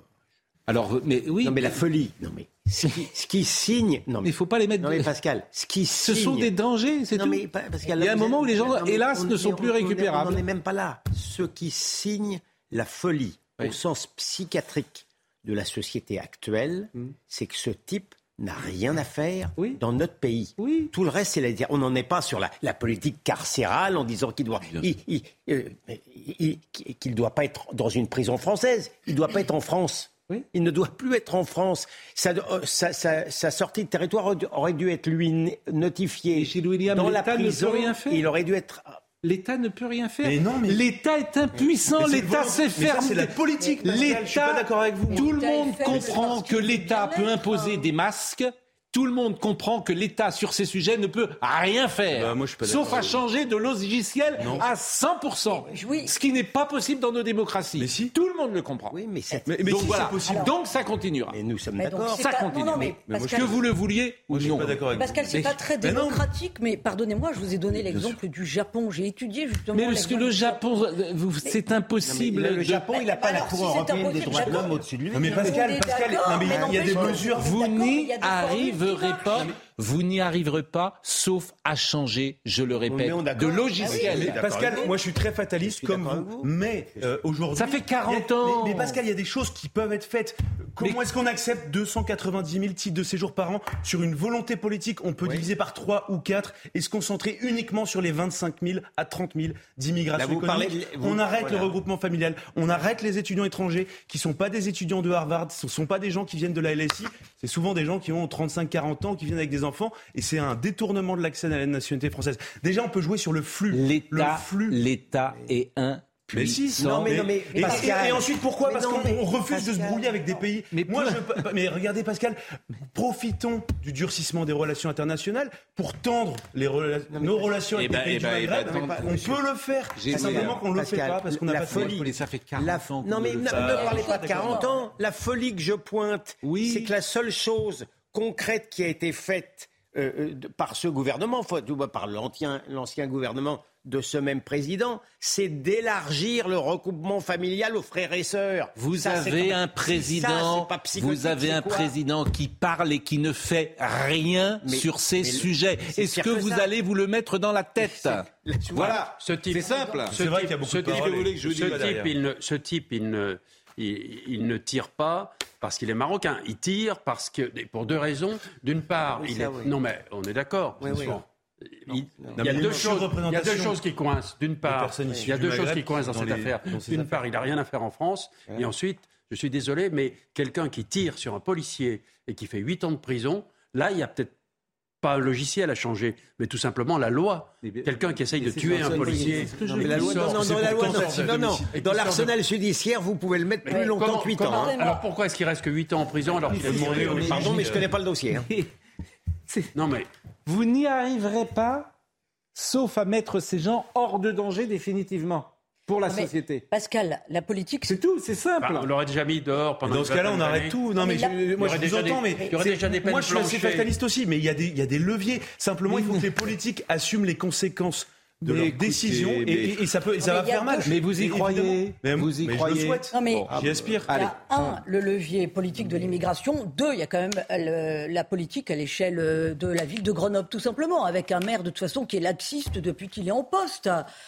Alors, mais oui. Non, mais la folie. Non, mais ce qui signe. Non, mais il faut pas les mettre. Non, mais Pascal, ce sont des dangers, c'est non, tout. Mais Pascal, il y a un moment où les gens, hélas, ne sont plus récupérables. On n'en est même pas là. Ce qui signe la folie, au sens psychiatrique de la société actuelle, c'est que ce type n'a rien à faire dans notre pays. Oui. Tout le reste, c'est on n'en est pas sur la politique carcérale en disant qu'il doit pas être dans une prison française. Il ne doit pas être en France. Oui. Il ne doit plus être en France. Sa sortie de territoire aurait dû être lui notifiée. Et Gilles William, dans l'État la prison, ne peut rien faire. Il aurait dû être... L'État ne peut rien faire. Mais l'État est impuissant. L'État sait faire. C'est la politique. Pascal, je suis pas d'accord avec vous. Tout le monde comprend que l'État peut imposer des masques. Tout le monde comprend que l'État, sur ces sujets, ne peut rien faire, sauf à changer de logiciel à 100%, ce qui n'est pas possible dans nos démocraties. Mais si. Tout le monde le comprend. Oui, mais donc si voilà. possible. Donc ça continuera. Mais nous sommes d'accord. Ça continue. Pascal, que vous le vouliez ou non. Je suis pas d'accord avec Pascal, c'est pas très démocratique, mais pardonnez-moi, je vous ai donné l'exemple du Japon. J'ai étudié justement. Mais parce que le Japon, c'est impossible. Le Japon, il n'a pas la Cour européenne des droits de l'homme au-dessus de lui. Mais Pascal, il y a des mesures. Vous n'y arriverez pas. Vous n'y arriverez pas, sauf à changer, je le répète, de logiciel. Pascal, moi je suis très fataliste comme vous, mais aujourd'hui... Ça fait 40 ans. Mais Pascal, il y a des choses qui peuvent être faites. Comment est-ce qu'on accepte 290 000 titres de séjour par an sur une volonté politique? On peut diviser par 3 ou 4 et se concentrer uniquement sur les 25 000 à 30 000 d'immigration économique. On arrête le regroupement familial, on arrête les étudiants étrangers qui ne sont pas des étudiants de Harvard, ce ne sont pas des gens qui viennent de la LSI, c'est souvent des gens qui ont 35-40 ans, qui viennent avec des enfants, et c'est un détournement de l'accès à la nationalité française. Déjà, on peut jouer sur le flux. L'État est un... Mais si, non, mais Pascal, et ensuite pourquoi? Parce qu'on refuse de se brouiller avec des pays. Mais regardez Pascal, profitons du durcissement des relations internationales pour tendre nos relations avec les pays du Maghreb. On peut le faire. C'est simplement qu'on ne le fait pas parce qu'on n'a pas de folie. Ça fait 40 ans. Non mais ne parlez pas de 40 ans. La folie que je pointe, c'est que la seule chose concrète qui a été faite par ce gouvernement, par l'ancien gouvernement de ce même président, c'est d'élargir le regroupement familial aux frères et sœurs. Vous avez un président qui parle et qui ne fait rien sur ces sujets. Est-ce que vous allez vous le mettre dans la tête ? Voilà, c'est simple. C'est vrai qu'il y a beaucoup de paroles. Ce type, il ne tire pas parce qu'il est marocain. Il tire pour deux raisons. D'une part, non mais on est d'accord. Oui. Il y a deux choses qui coincent. D'une part, il y a deux choses qui coincent dans cette affaire. D'une part, il n'a rien à faire en France. Et ensuite, je suis désolé, mais quelqu'un qui tire sur un policier et qui fait 8 ans de prison, là, il y a peut-être pas un logiciel à changer, mais tout simplement la loi. Quelqu'un qui essaye de tuer un policier. Dans l'arsenal judiciaire, vous pouvez le mettre plus longtemps que 8 ans. Alors pourquoi est-ce qu'il reste que 8 ans en prison alors qu'il est mort ? Pardon, mais je ne connais pas le dossier. Non, mais vous n'y arriverez pas, sauf à mettre ces gens hors de danger définitivement pour la société. Pascal, la politique... C'est tout, c'est simple. On l'aurait déjà mis dehors pendant... Dans ce cas-là, on arrête tout. Non, mais moi, je vous entends, mais il y aurait déjà des peines moi, je suis assez fataliste aussi, mais il y a des leviers. Simplement, il faut que les politiques assument les conséquences de leurs décisions et ça va faire mal. Mais vous y croyez ? Vous y croyez ? Je le souhaite. J'y aspire. Il y a le levier politique de l'immigration. 2, il y a quand même la politique à l'échelle de la ville de Grenoble, tout simplement, avec un maire de toute façon qui est laxiste depuis qu'il est en poste.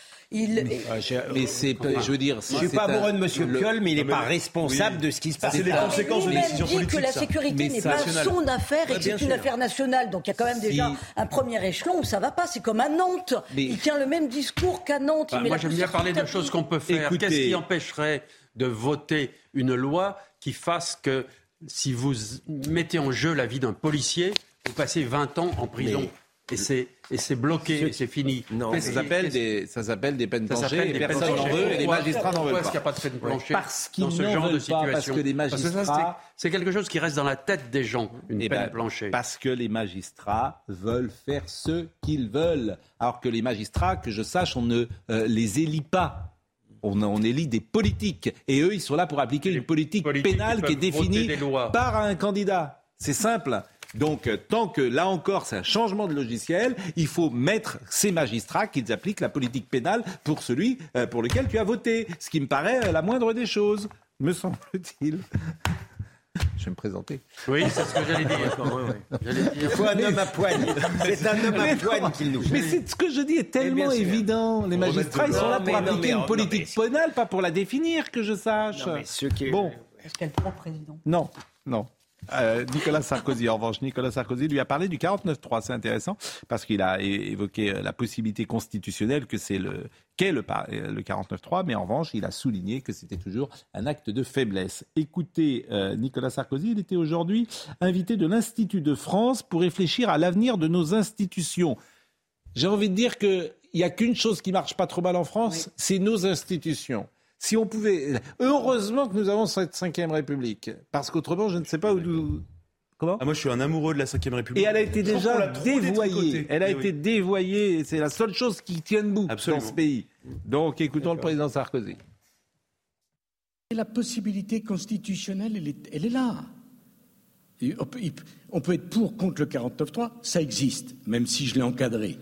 Je suis pas amoureux de M. Piolle, mais il n'est pas responsable de ce qui se passe. C'est les conséquences de décisions politiques. Il dit que la sécurité n'est pas son affaire et que c'est une affaire nationale. Donc il y a quand même déjà un premier échelon où ça va pas. C'est comme à Nantes. Il tient le même discours qu'à Nantes. Moi, j'aime bien parler de choses qu'on peut faire. Écoutez, qu'est-ce qui empêcherait de voter une loi qui fasse que si vous mettez en jeu la vie d'un policier, vous passez 20 ans en prison ? Et c'est bloqué, et c'est fini. Non, ça s'appelle des peines planchées, et personne n'en veut, et les magistrats n'en veulent pas. Pourquoi est-ce qu'il n'y a pas de peine planchée dans ce genre de situation ? Parce que les magistrats... C'est quelque chose qui reste dans la tête des gens, une peine planchée. Parce que les magistrats veulent faire ce qu'ils veulent. Alors que les magistrats, que je sache, on ne les élit pas. On élit des politiques. Et eux, ils sont là pour appliquer une politique pénale qui est définie par un candidat. C'est simple. Donc, tant que, là encore, c'est un changement de logiciel, il faut mettre ces magistrats qu'ils appliquent la politique pénale pour celui pour lequel tu as voté. Ce qui me paraît la moindre des choses, me semble-t-il. Je vais me présenter. Oui, c'est ce que j'allais dire. Il faut un homme à poigne. C'est un homme à poigne qu'il nous faut. Mais c'est ce que je dis est tellement évident. Les magistrats, ils sont là pour appliquer une politique pénale, pas pour la définir, que je sache. Bon. Est-ce qu'elle prend président ? Non. Nicolas Sarkozy, en revanche, lui a parlé du 49.3. C'est intéressant parce qu'il a évoqué la possibilité constitutionnelle qu'est le 49.3, mais en revanche, il a souligné que c'était toujours un acte de faiblesse. Écoutez, Nicolas Sarkozy, il était aujourd'hui invité de l'Institut de France pour réfléchir à l'avenir de nos institutions. J'ai envie de dire qu'il n'y a qu'une chose qui marche pas trop mal en France, c'est nos institutions. Si on pouvait... Heureusement que nous avons cette 5e République. Parce qu'autrement, je ne sais pas où... Comment ? Moi, je suis un amoureux de la 5e République. Et elle a été déjà dévoyée. Elle a été dévoyée. Et c'est la seule chose qui tient debout dans ce pays. Donc, écoutons le président Sarkozy. La possibilité constitutionnelle, elle est là. On peut être pour, contre le 49.3. Ça existe, même si je l'ai encadré.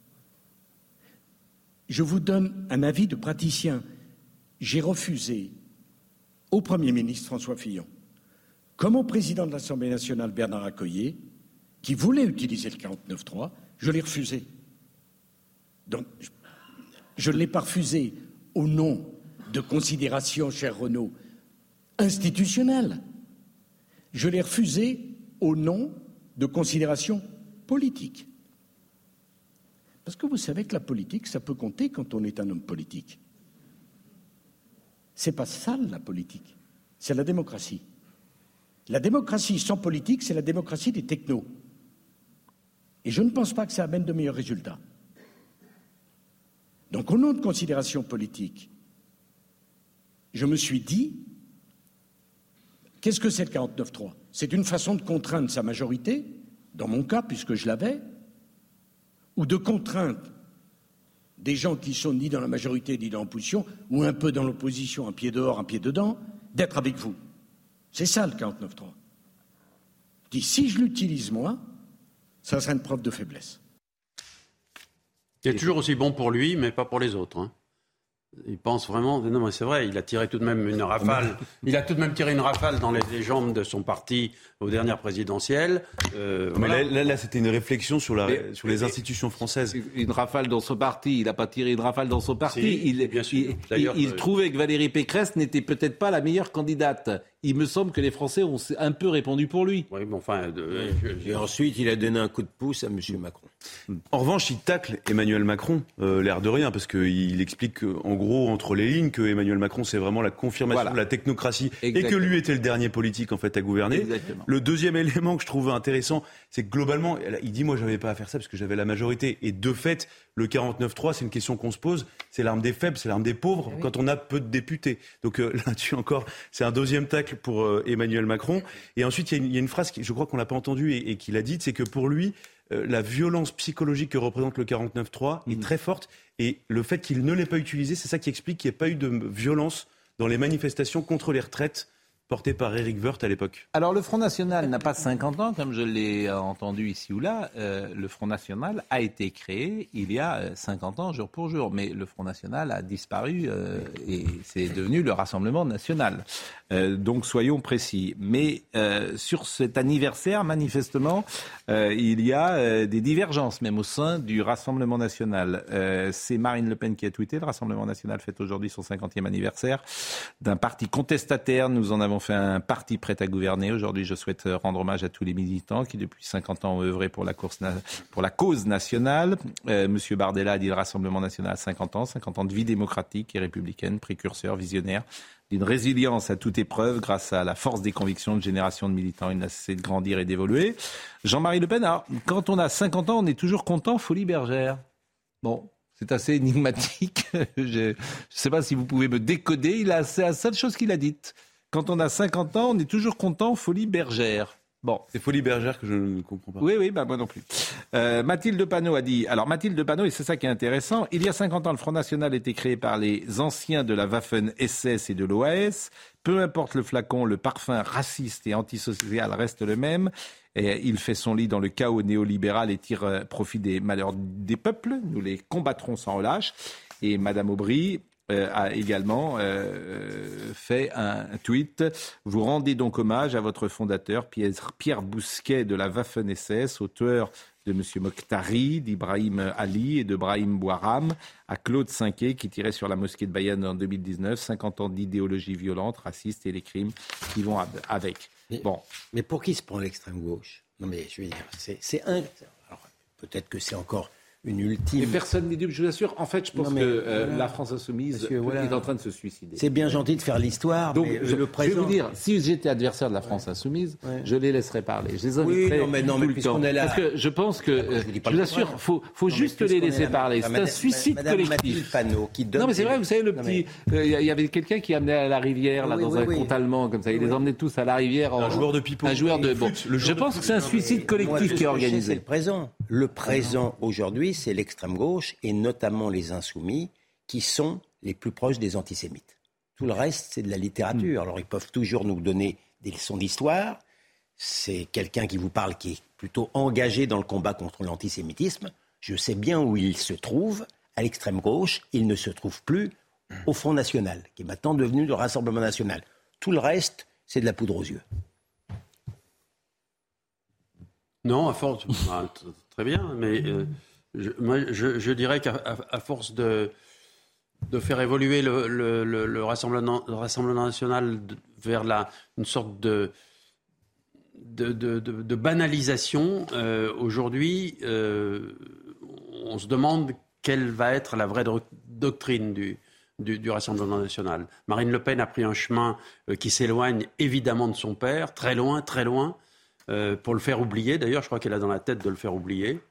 Je vous donne un avis de praticien. J'ai refusé au Premier ministre François Fillon, comme au président de l'Assemblée nationale Bernard Accoyer, qui voulait utiliser le 49.3, je l'ai refusé. Donc, je ne l'ai pas refusé au nom de considérations, cher Renaud, institutionnelles. Je l'ai refusé au nom de considérations politiques. Parce que vous savez que la politique, ça peut compter quand on est un homme politique. C'est pas ça la politique, c'est la démocratie. La démocratie sans politique, c'est la démocratie des technos. Et je ne pense pas que ça amène de meilleurs résultats. Donc, au nom de considérations politiques, je me suis dit, qu'est-ce que c'est le 49.3 ? C'est une façon de contraindre sa majorité, dans mon cas, puisque je l'avais, ou de contraindre des gens qui sont ni dans la majorité ni dans l'opposition, ou un peu dans l'opposition, un pied dehors, un pied dedans, d'être avec vous. C'est ça le 49.3. Je dis, si je l'utilise moi, ça serait une preuve de faiblesse. Il est toujours aussi bon pour lui, mais pas pour les autres. Hein. Il pense vraiment... Non, mais c'est vrai, il a tiré tout de même une rafale. Il a tout de même tiré une rafale dans les jambes de son parti aux dernières présidentielles. Mais là, c'était une réflexion sur les institutions françaises. Une rafale dans son parti. Il n'a pas tiré une rafale dans son parti. Si, il trouvait que Valérie Pécresse n'était peut-être pas la meilleure candidate. Il me semble que les Français ont un peu répondu pour lui. Oui, mais enfin... Et ensuite, il a donné un coup de pouce à M. Macron. En revanche, il tacle Emmanuel Macron, l'air de rien, parce qu'il explique en gros, entre les lignes, que Emmanuel Macron, c'est vraiment la confirmation de la technocratie. Exactement. Et que lui était le dernier politique, en fait, à gouverner. Exactement. Le deuxième élément que je trouve intéressant, c'est que globalement, il dit, moi, j'avais pas à faire ça parce que j'avais la majorité. Et de fait, le 49-3, c'est une question qu'on se pose. C'est l'arme des faibles, c'est l'arme des pauvres, quand on a peu de députés. Donc là-dessus encore, c'est un deuxième tacle pour Emmanuel Macron. Et ensuite, il y a une phrase, je crois qu'on l'a pas entendue et qu'il a dite, c'est que pour lui, la violence psychologique que représente le 49-3 est très forte. Et le fait qu'il ne l'ait pas utilisé, c'est ça qui explique qu'il n'y ait pas eu de violence dans les manifestations contre les retraites portées par Éric Woerth à l'époque. Alors le Front National n'a pas 50 ans, comme je l'ai entendu ici ou là. Le Front National a été créé il y a 50 ans, jour pour jour. Mais le Front National a disparu et c'est devenu le Rassemblement National. Donc soyons précis. Mais sur cet anniversaire, manifestement, il y a des divergences, même au sein du Rassemblement National. C'est Marine Le Pen qui a tweeté. Le Rassemblement National fête aujourd'hui son 50e anniversaire d'un parti contestataire. Nous en avons fait un parti prêt à gouverner. Aujourd'hui, je souhaite rendre hommage à tous les militants qui, depuis 50 ans, ont œuvré pour la cause nationale. Monsieur Bardella a dit le Rassemblement National a 50 ans de vie démocratique et républicaine, précurseur, visionnaire, d'une résilience à toute épreuve grâce à la force des convictions de générations de militants. Il n'a cessé de grandir et d'évoluer. Jean-Marie Le Pen, alors, quand on a 50 ans, on est toujours content, folie bergère. Bon, c'est assez énigmatique. Je ne sais pas si vous pouvez me décoder. C'est la seule chose qu'il a dite. Quand on a 50 ans, on est toujours content, folie bergère. Bon. C'est folie bergère que je ne comprends pas. Oui, moi non plus. Mathilde Panot a dit... Alors Mathilde Panot, et c'est ça qui est intéressant, il y a 50 ans, le Front National a été créé par les anciens de la Waffen-SS et de l'OAS. Peu importe le flacon, le parfum raciste et antisocial reste le même. Et il fait son lit dans le chaos néolibéral et tire profit des malheurs des peuples. Nous les combattrons sans relâche. Et Madame Aubry a également fait un tweet. Vous rendez donc hommage à votre fondateur, Pierre Bousquet de la Waffen-SS, auteur de M. Mokhtari, d'Ibrahim Ali et de Brahim Bouharam, à Claude Cinquet qui tirait sur la mosquée de Bayonne en 2019, 50 ans d'idéologie violente, raciste et les crimes qui vont avec. Mais pour qui se prend l'extrême gauche ? Non mais je veux dire, c'est un... Alors, peut-être que c'est encore... une ultime... Et personne n'est dupe, je vous assure. En fait, je pense que la France Insoumise est en train de se suicider. C'est bien gentil de faire l'histoire, donc, mais le présent... Je vais vous dire, si j'étais adversaire de la France Insoumise, je les laisserais parler. Je les inviterais tout le temps. Parce que je pense que, je vous assure, il faut juste les laisser parler. C'est un suicide collectif. Non, mais c'est vrai, vous savez, le petit... Il y avait quelqu'un qui amenait à la rivière, là, dans un compte allemand, comme ça. Il les emmenait tous à la rivière. Un joueur de pipeau. Un joueur de... Bon, je pense que c'est un suicide collectif qui est organisé. C'est le présent. Le présent, aujourd'hui, c'est l'extrême gauche et notamment les insoumis qui sont les plus proches des antisémites. Tout le reste, c'est de la littérature. Alors, ils peuvent toujours nous donner des leçons d'histoire. C'est quelqu'un qui vous parle qui est plutôt engagé dans le combat contre l'antisémitisme. Je sais bien où il se trouve, à l'extrême gauche. Il ne se trouve plus au Front National, qui est maintenant devenu le Rassemblement National. Tout le reste, c'est de la poudre aux yeux. Non, à force... Très bien, mais je dirais qu'à force de faire évoluer le Rassemblement National vers une sorte de banalisation, aujourd'hui, on se demande quelle va être la vraie doctrine du Rassemblement National. Marine Le Pen a pris un chemin qui s'éloigne évidemment de son père, très loin, pour le faire oublier. D'ailleurs, je crois qu'elle a dans la tête de le faire oublier.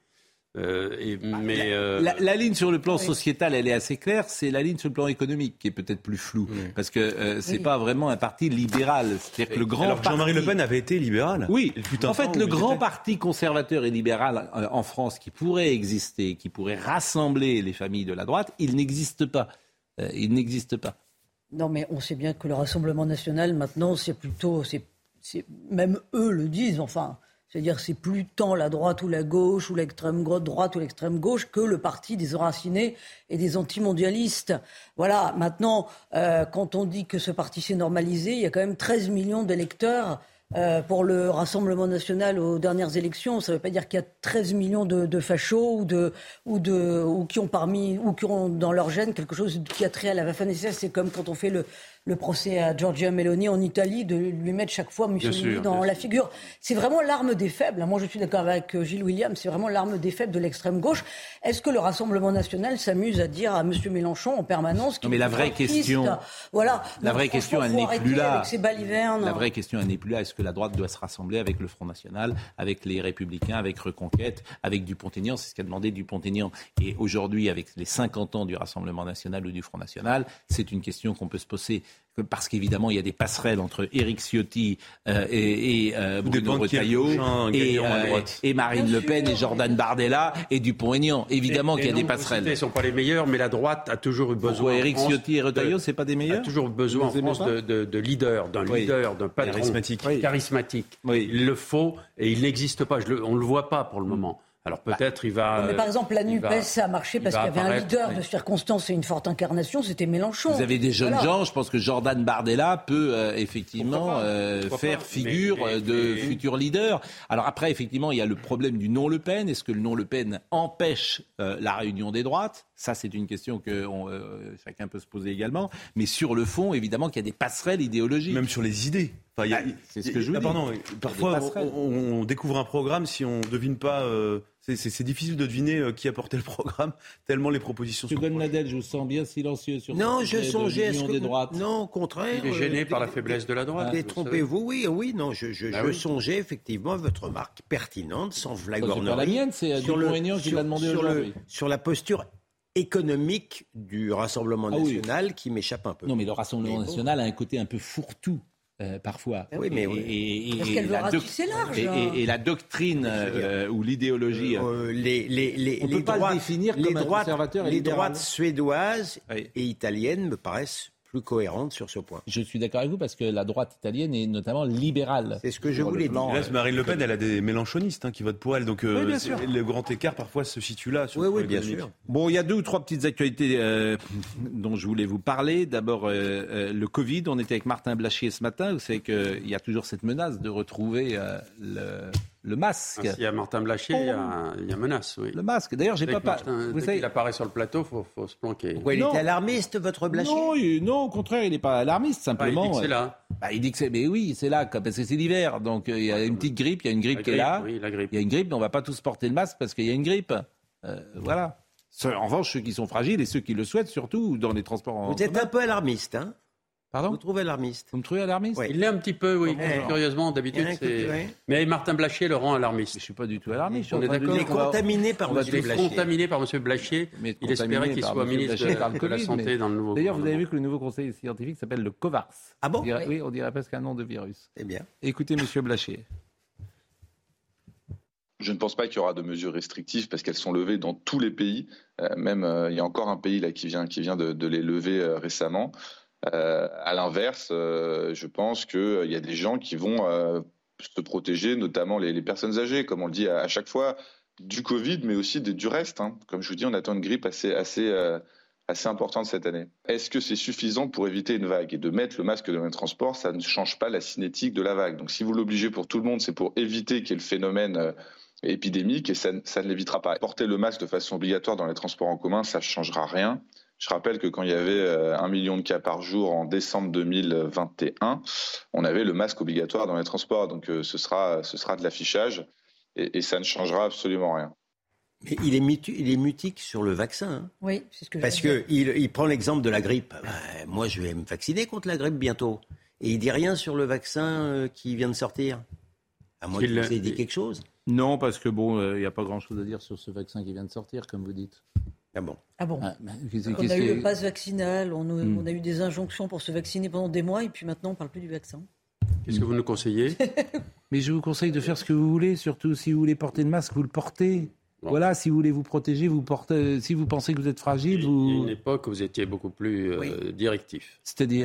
La ligne sur le plan sociétal, elle est assez claire. C'est la ligne sur le plan économique qui est peut-être plus floue. Parce que c'est pas vraiment un parti libéral. C'est-à-dire que le grand Alors que Jean-Marie Le Pen avait été libéral. Oui. En fait, le grand parti conservateur et libéral en France qui pourrait exister, qui pourrait rassembler les familles de la droite, il n'existe pas. Il n'existe pas. Non, mais on sait bien que le Rassemblement national, maintenant, même eux le disent, enfin, C'est-à-dire c'est plus tant la droite ou la gauche ou l'extrême droite ou l'extrême gauche que le parti des enracinés et des antimondialistes. Voilà, maintenant, quand on dit que ce parti s'est normalisé, il y a quand même 13 millions d'électeurs pour le Rassemblement national aux dernières élections. Ça ne veut pas dire qu'il y a 13 millions de fachos ou qui ont dans leur gène quelque chose qui a trait à la Waffen-SS. C'est comme quand on fait le procès à Giorgia Meloni en Italie, de lui mettre chaque fois Mussolini dans la figure. C'est vraiment l'arme des faibles. Moi, je suis d'accord avec Gilles William, c'est vraiment l'arme des faibles de l'extrême gauche. Est-ce que le Rassemblement national s'amuse à dire à M. Mélenchon en permanence qu'il mais la vraie question, voilà. La vraie question, elle n'est plus là. Avec ces balivernes. La vraie question, elle n'est plus là. Est-ce que la droite doit se rassembler avec le Front National, avec les Républicains, avec Reconquête, avec Dupont-Aignan? C'est ce qu'a demandé Dupont-Aignan. Et aujourd'hui, avec les 50 ans du Rassemblement National ou du Front National, c'est une question qu'on peut se poser. Parce qu'évidemment, il y a des passerelles entre Éric Ciotti et Bruno Retailleau et Marine Le Pen et Jordan Bardella et Dupont-Aignan. Évidemment qu'il y a des passerelles. Ils ne sont pas les meilleurs, mais la droite a toujours eu besoin. Éric Ciotti et Retailleau, c'est pas des meilleurs? A toujours besoin en France de leader, d'un patron charismatique. Oui. Il le faut et il n'existe pas. On ne le voit pas pour le moment. Alors peut-être il va... Mais par exemple, la NUPES, ça a marché parce qu'il y avait un leader de circonstance et une forte incarnation, c'était Mélenchon. Vous avez des jeunes gens, je pense que Jordan Bardella peut effectivement faire figure de futur leader. Alors après, effectivement, il y a le problème du non Le Pen. Est-ce que le non Le Pen empêche la réunion des droites? Ça, c'est une question que chacun peut se poser également. Mais sur le fond, évidemment qu'il y a des passerelles idéologiques. Même sur les idées. C'est ce que je vous dis. Pardon, parfois, on découvre un programme si on ne devine pas... C'est difficile de deviner qui a porté le programme, tellement les propositions sont... M. Goldnadel, je vous sens bien silencieux sur non, je songeais à ce que... des droites. Non, au contraire. Il est gêné par la faiblesse de la droite. Détrompez-vous, oui, non, je songeais effectivement à votre remarque pertinente, sans flagornerie. C'est pas la mienne, c'est Dupont-Aignan qui l'a demandé aujourd'hui. Sur la posture économique du Rassemblement national qui m'échappe un peu. Non, mais le Rassemblement national a un côté un peu fourre-tout. Parfois. Oui, mais parce qu'elle veut ratisser large. Et la doctrine ou l'idéologie. On ne peut pas le définir comme un conservateur et libéral. Les droites suédoises et italiennes me paraissent plus cohérente sur ce point. Je suis d'accord avec vous parce que la droite italienne est notamment libérale. C'est ce que je voulais dire. Marine Le Pen, elle a des mélenchonistes qui votent pour elle. Donc le grand écart parfois se situe là. Oui, bien sûr. Bon, il y a 2 ou 3 petites actualités dont je voulais vous parler. D'abord, le Covid. On était avec Martin Blachier ce matin. Vous savez qu'il y a toujours cette menace de retrouver le masque. S'il y a Martin Blachier, il y a menace, oui. Le masque. D'ailleurs, j'ai pas... Vous savez, il apparaît sur le plateau, faut se planquer. Pourquoi il était alarmiste, votre Blachier? Non, au contraire, il n'est pas alarmiste, simplement. Il dit que c'est là. Il dit que c'est... Mais oui, c'est là, parce que c'est l'hiver. Donc, il y a une petite grippe, il y a une grippe qui est là. Oui, la grippe. Il y a une grippe, mais on ne va pas tous porter le masque parce qu'il y a une grippe. Voilà. En revanche, ceux qui sont fragiles et ceux qui le souhaitent, surtout dans les transports en commun. Vous êtes un peu alarmiste, hein? Pardon? Vous trouvez alarmiste? Vous me trouvez alarmiste? Oui. Il l'est un petit peu, oui. Curieusement, d'habitude, c'est... Mais Martin Blachier le rend alarmiste. Je ne suis pas du tout alarmiste. On est d'accord. Il est contaminé par M. Blachier. Contaminé par M. Blachier. Il espérait qu'il soit ministre de la Santé dans le nouveau... D'ailleurs, vous avez vu que le nouveau conseil scientifique s'appelle le COVARS. Ah bon? Oui, on dirait presque un nom de virus. Eh bien. Écoutez, M. Blachier. Je ne pense pas qu'il y aura de mesures restrictives parce qu'elles sont levées dans tous les pays. Même il y a encore un pays là qui vient de les lever récemment. À l'inverse, je pense qu'il y a des gens qui vont se protéger, notamment les personnes âgées, comme on le dit à chaque fois, du Covid, mais aussi du reste. Comme je vous dis, on attend une grippe assez importante cette année. Est-ce que c'est suffisant pour éviter une vague? Et de mettre le masque dans les transports, ça ne change pas la cinétique de la vague. Donc si vous l'obligez pour tout le monde, c'est pour éviter qu'il y ait le phénomène épidémique et ça ne l'évitera pas. Porter le masque de façon obligatoire dans les transports en commun, ça ne changera rien. Je rappelle que quand il y avait 1 million de cas par jour en décembre 2021, on avait le masque obligatoire dans les transports. Donc ce sera de l'affichage et ça ne changera absolument rien. Mais il est mutique sur le vaccin. Hein. Oui, c'est ce que parce qu'il prend l'exemple de la grippe. Moi, je vais me vacciner contre la grippe bientôt. Et il dit rien sur le vaccin qui vient de sortir. À moins qu'il vous ait dit quelque chose. Non, parce que il n'y a pas grand-chose à dire sur ce vaccin qui vient de sortir, comme vous dites. Ah bon? On a eu le pass vaccinal, on a eu des injonctions pour se vacciner pendant des mois, et puis maintenant on ne parle plus du vaccin. Qu'est-ce que vous nous conseillez? Mais je vous conseille de faire ce que vous voulez, surtout si vous voulez porter le masque, vous le portez. Bon. Voilà, si vous voulez vous protéger, vous portez. Si vous pensez que vous êtes fragile, vous... Il y a une époque où vous étiez beaucoup plus directif. C'est-à-dire?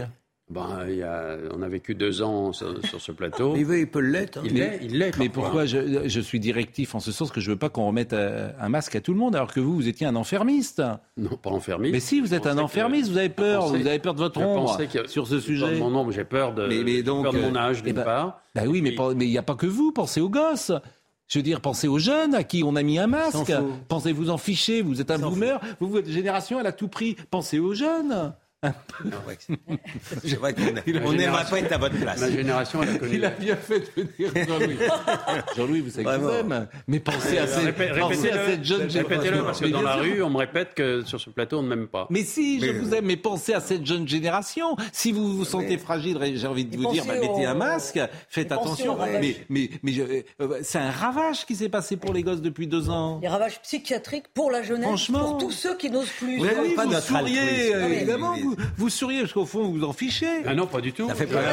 On a vécu 2 ans sur ce plateau. Il peut l'être. Il l'est. Mais pourquoi je suis directif en ce sens que je ne veux pas qu'on remette un masque à tout le monde, alors que vous étiez un enfermiste. Non, pas enfermiste. Mais si, vous êtes un enfermiste, vous avez peur de votre ombre sur ce sujet. Peur de mon ombre, j'ai peur de mon âge, d'une part. Bah oui, mais il n'y a pas que vous, pensez aux gosses. Je veux dire, pensez aux jeunes à qui on a mis un masque. Pensez, vous en fichez, vous êtes un boomer. Votre génération, elle a tout pris. Pensez aux jeunes. C'est vrai qu'on n'aimerait pas être à votre place. Ma génération, elle a connu. Il a bien fait de venir, Jean-Louis. Jean-Louis, vous savez que je vous aime. Mais pensez à cette jeune génération. Répétez-le, parce que dans la rue, on me répète que sur ce plateau, on ne m'aime pas. Mais si, je vous aime, mais pensez à cette jeune génération. Si vous vous sentez fragile, j'ai envie de vous dire, mettez un masque, faites attention. Mais c'est un ravage qui s'est passé pour les gosses depuis 2 ans. Les ravages psychiatriques pour la jeunesse, franchement, pour tous ceux qui n'osent plus. Oui, vous souriez, évidemment. Vous souriez parce qu'au fond, vous vous en fichez. Ah non, pas du tout. Ça fait peur.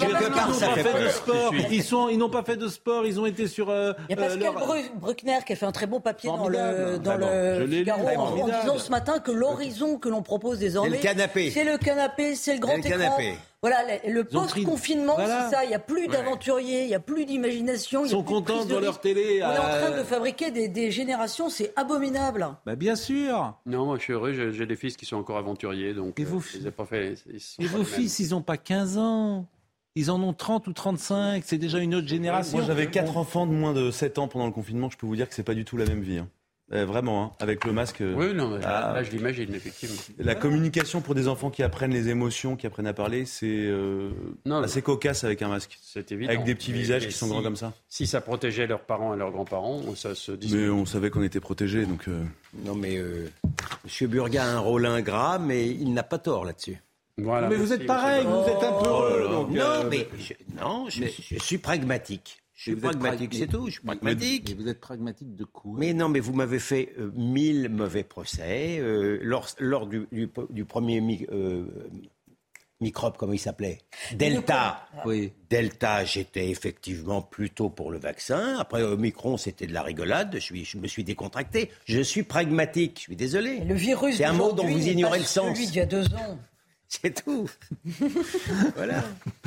Ils n'ont pas fait de sport. Ils ont été sur. Il y a Pascal Bruckner qui a fait un très bon papier dans le Figaro en disant ce matin que l'horizon que l'on propose désormais, c'est le canapé, c'est le grand écran. Voilà, le post-confinement, c'est ça. Il n'y a plus d'aventuriers, il n'y a plus d'imagination. Ils sont contents de leur télé. On est en train de fabriquer des générations, c'est abominable. Bah bien sûr. Non, moi je suis heureux, j'ai des fils qui sont encore aventuriers, donc je les ai pas fait. Et vos fils, ils n'ont pas 15 ans. Ils en ont 30 ou 35, c'est déjà une autre génération. Moi j'avais 4 enfants de moins de 7 ans pendant le confinement, je peux vous dire que c'est pas du tout la même vie. Vraiment, avec le masque. Oui, non, là je l'imagine, effectivement. La communication pour des enfants qui apprennent les émotions, qui apprennent à parler, c'est assez cocasse avec un masque. C'est évident. Avec des petits visages qui sont grands comme ça. Si ça protégeait leurs parents et leurs grands-parents, ça se discute. Mais on savait qu'on était protégés, donc. Non, mais M. Burga a un rôle ingrat, mais il n'a pas tort là-dessus. Voilà, mais vous êtes pareil, vous êtes un peu. Je suis pragmatique. Je suis pragmatique, c'est tout. Je suis pragmatique. Mais vous êtes pragmatique de quoi ? Mais non, mais vous m'avez fait 1000 mauvais procès lors du premier microbe, comment il s'appelait ? Delta. Oui. Delta, j'étais effectivement plutôt pour le vaccin. Après, Omicron, c'était de la rigolade. Je me suis décontracté. Je suis pragmatique. Je suis désolé. Le virus, c'est un mot dont vous ignorez le sens. Celui d'il y a 2 ans. C'est tout. Voilà.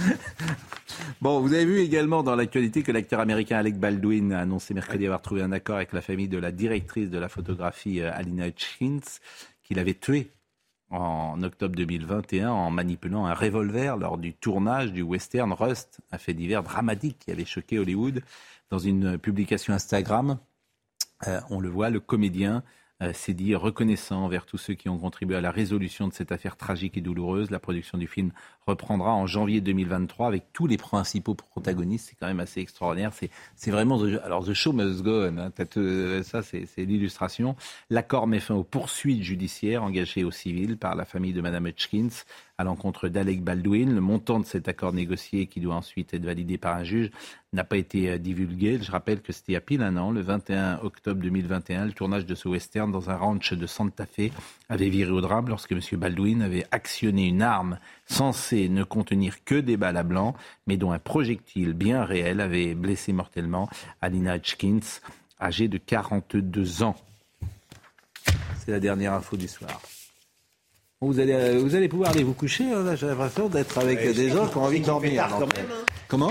Bon, vous avez vu également dans l'actualité que l'acteur américain Alec Baldwin a annoncé mercredi avoir trouvé un accord avec la famille de la directrice de la photographie Alina Hutchins, qu'il avait tuée en octobre 2021 en manipulant un revolver lors du tournage du western Rust, un fait divers dramatique qui avait choqué Hollywood. Dans une publication Instagram, on le voit, le comédien s'est dit reconnaissant envers tous ceux qui ont contribué à la résolution de cette affaire tragique et douloureuse. La production du film reprendra en janvier 2023 avec tous les principaux protagonistes. C'est quand même assez extraordinaire. C'est vraiment... Alors, The Show Must Go On, hein, ça c'est l'illustration. L'accord met fin aux poursuites judiciaires engagées au civil par la famille de Mme Hutchins à l'encontre d'Alec Baldwin. Le montant de cet accord négocié, qui doit ensuite être validé par un juge, n'a pas été divulgué. Je rappelle que c'était il y a pile 1 an, le 21 octobre 2021, le tournage de ce western dans un ranch de Santa Fe avait viré au drame lorsque M. Baldwin avait actionné une arme censée ne contenir que des balles à blanc, mais dont un projectile bien réel avait blessé mortellement Alina Hutchins, âgée de 42 ans. C'est la dernière info du soir. Vous allez pouvoir aller vous coucher, hein, là, j'ai l'impression d'être avec des gens qui ont envie de dormir. Comment ?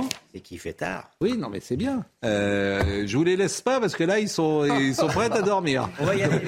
C'est qu'il fait tard. Oui, non, mais c'est bien. Je vous les laisse pas parce que là, ils sont prêts à dormir. On va y aller.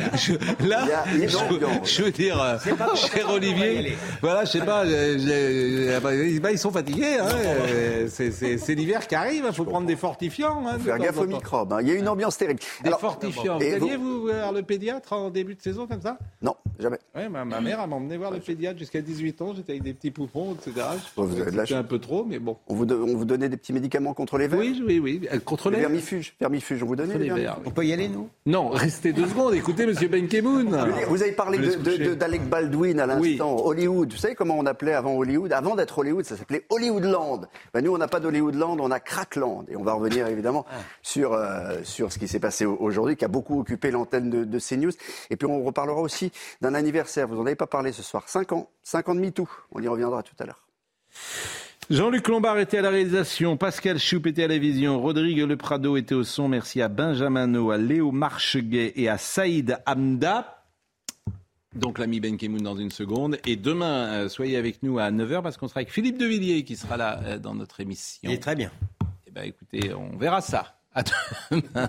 Je veux dire, cher Olivier, voilà, je sais pas, ils sont fatigués. Hein, c'est l'hiver qui arrive, il faut prendre des fortifiants. Hein, faire gaffe aux microbes. Hein. Il y a une ambiance terrible. Des fortifiants. Vous alliez-vous voir le pédiatre en début de saison comme ça ? Non, jamais. Ouais, ma mère elle m'a emmené voir le pédiatre jusqu'à 18 ans. J'étais avec des petits poupons, etc. Vous avez de la chance. Un peu trop, mais bon. On vous donnait des petits médicaments contre les vers ? Oui. Contre les vermifuges. On vous donnait les vermifuges. On peut y aller, nous ? Non, restez 2 secondes. Écoutez, M. Benkemoun. Vous avez parlé d'Alec Baldwin à l'instant. Oui. Hollywood. Vous savez comment on appelait avant Hollywood ? Avant d'être Hollywood, ça s'appelait Hollywoodland. Nous, on n'a pas d'Hollywoodland, on a Crackland. Et on va revenir évidemment sur ce qui s'est passé aujourd'hui, qui a beaucoup occupé l'antenne de CNews. Et puis on reparlera aussi d'un anniversaire. Vous n'en avez pas parlé ce soir. 5 ans de MeToo. On y reviendra tout à l'heure. Jean-Luc Lombard était à la réalisation, Pascal Choup était à la vision, Rodrigue Le Prado était au son. Merci à Benjamin No, à Léo Marcheguet et à Saïd Hamda. Donc l'ami Ben Kemoun dans une seconde. Et demain, soyez avec nous à 9h parce qu'on sera avec Philippe de Villiers qui sera là dans notre émission. Il est très bien. Eh bien écoutez, on verra ça. À demain.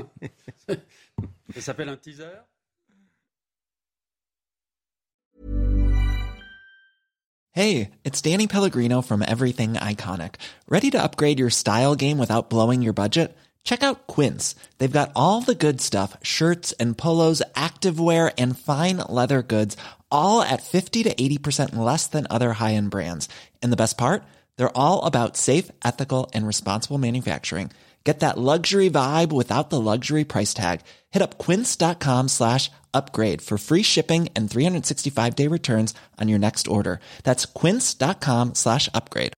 Ça s'appelle un teaser ? Hey, it's Danny Pellegrino from Everything Iconic. Ready to upgrade your style game without blowing your budget? Check out Quince. They've got all the good stuff, shirts and polos, activewear, and fine leather goods, all at 50 to 80% less than other high-end brands. And the best part? They're all about safe, ethical, and responsible manufacturing. Get that luxury vibe without the luxury price tag. Hit up quince.com/upgrade for free shipping and 365-day returns on your next order. That's quince.com/upgrade.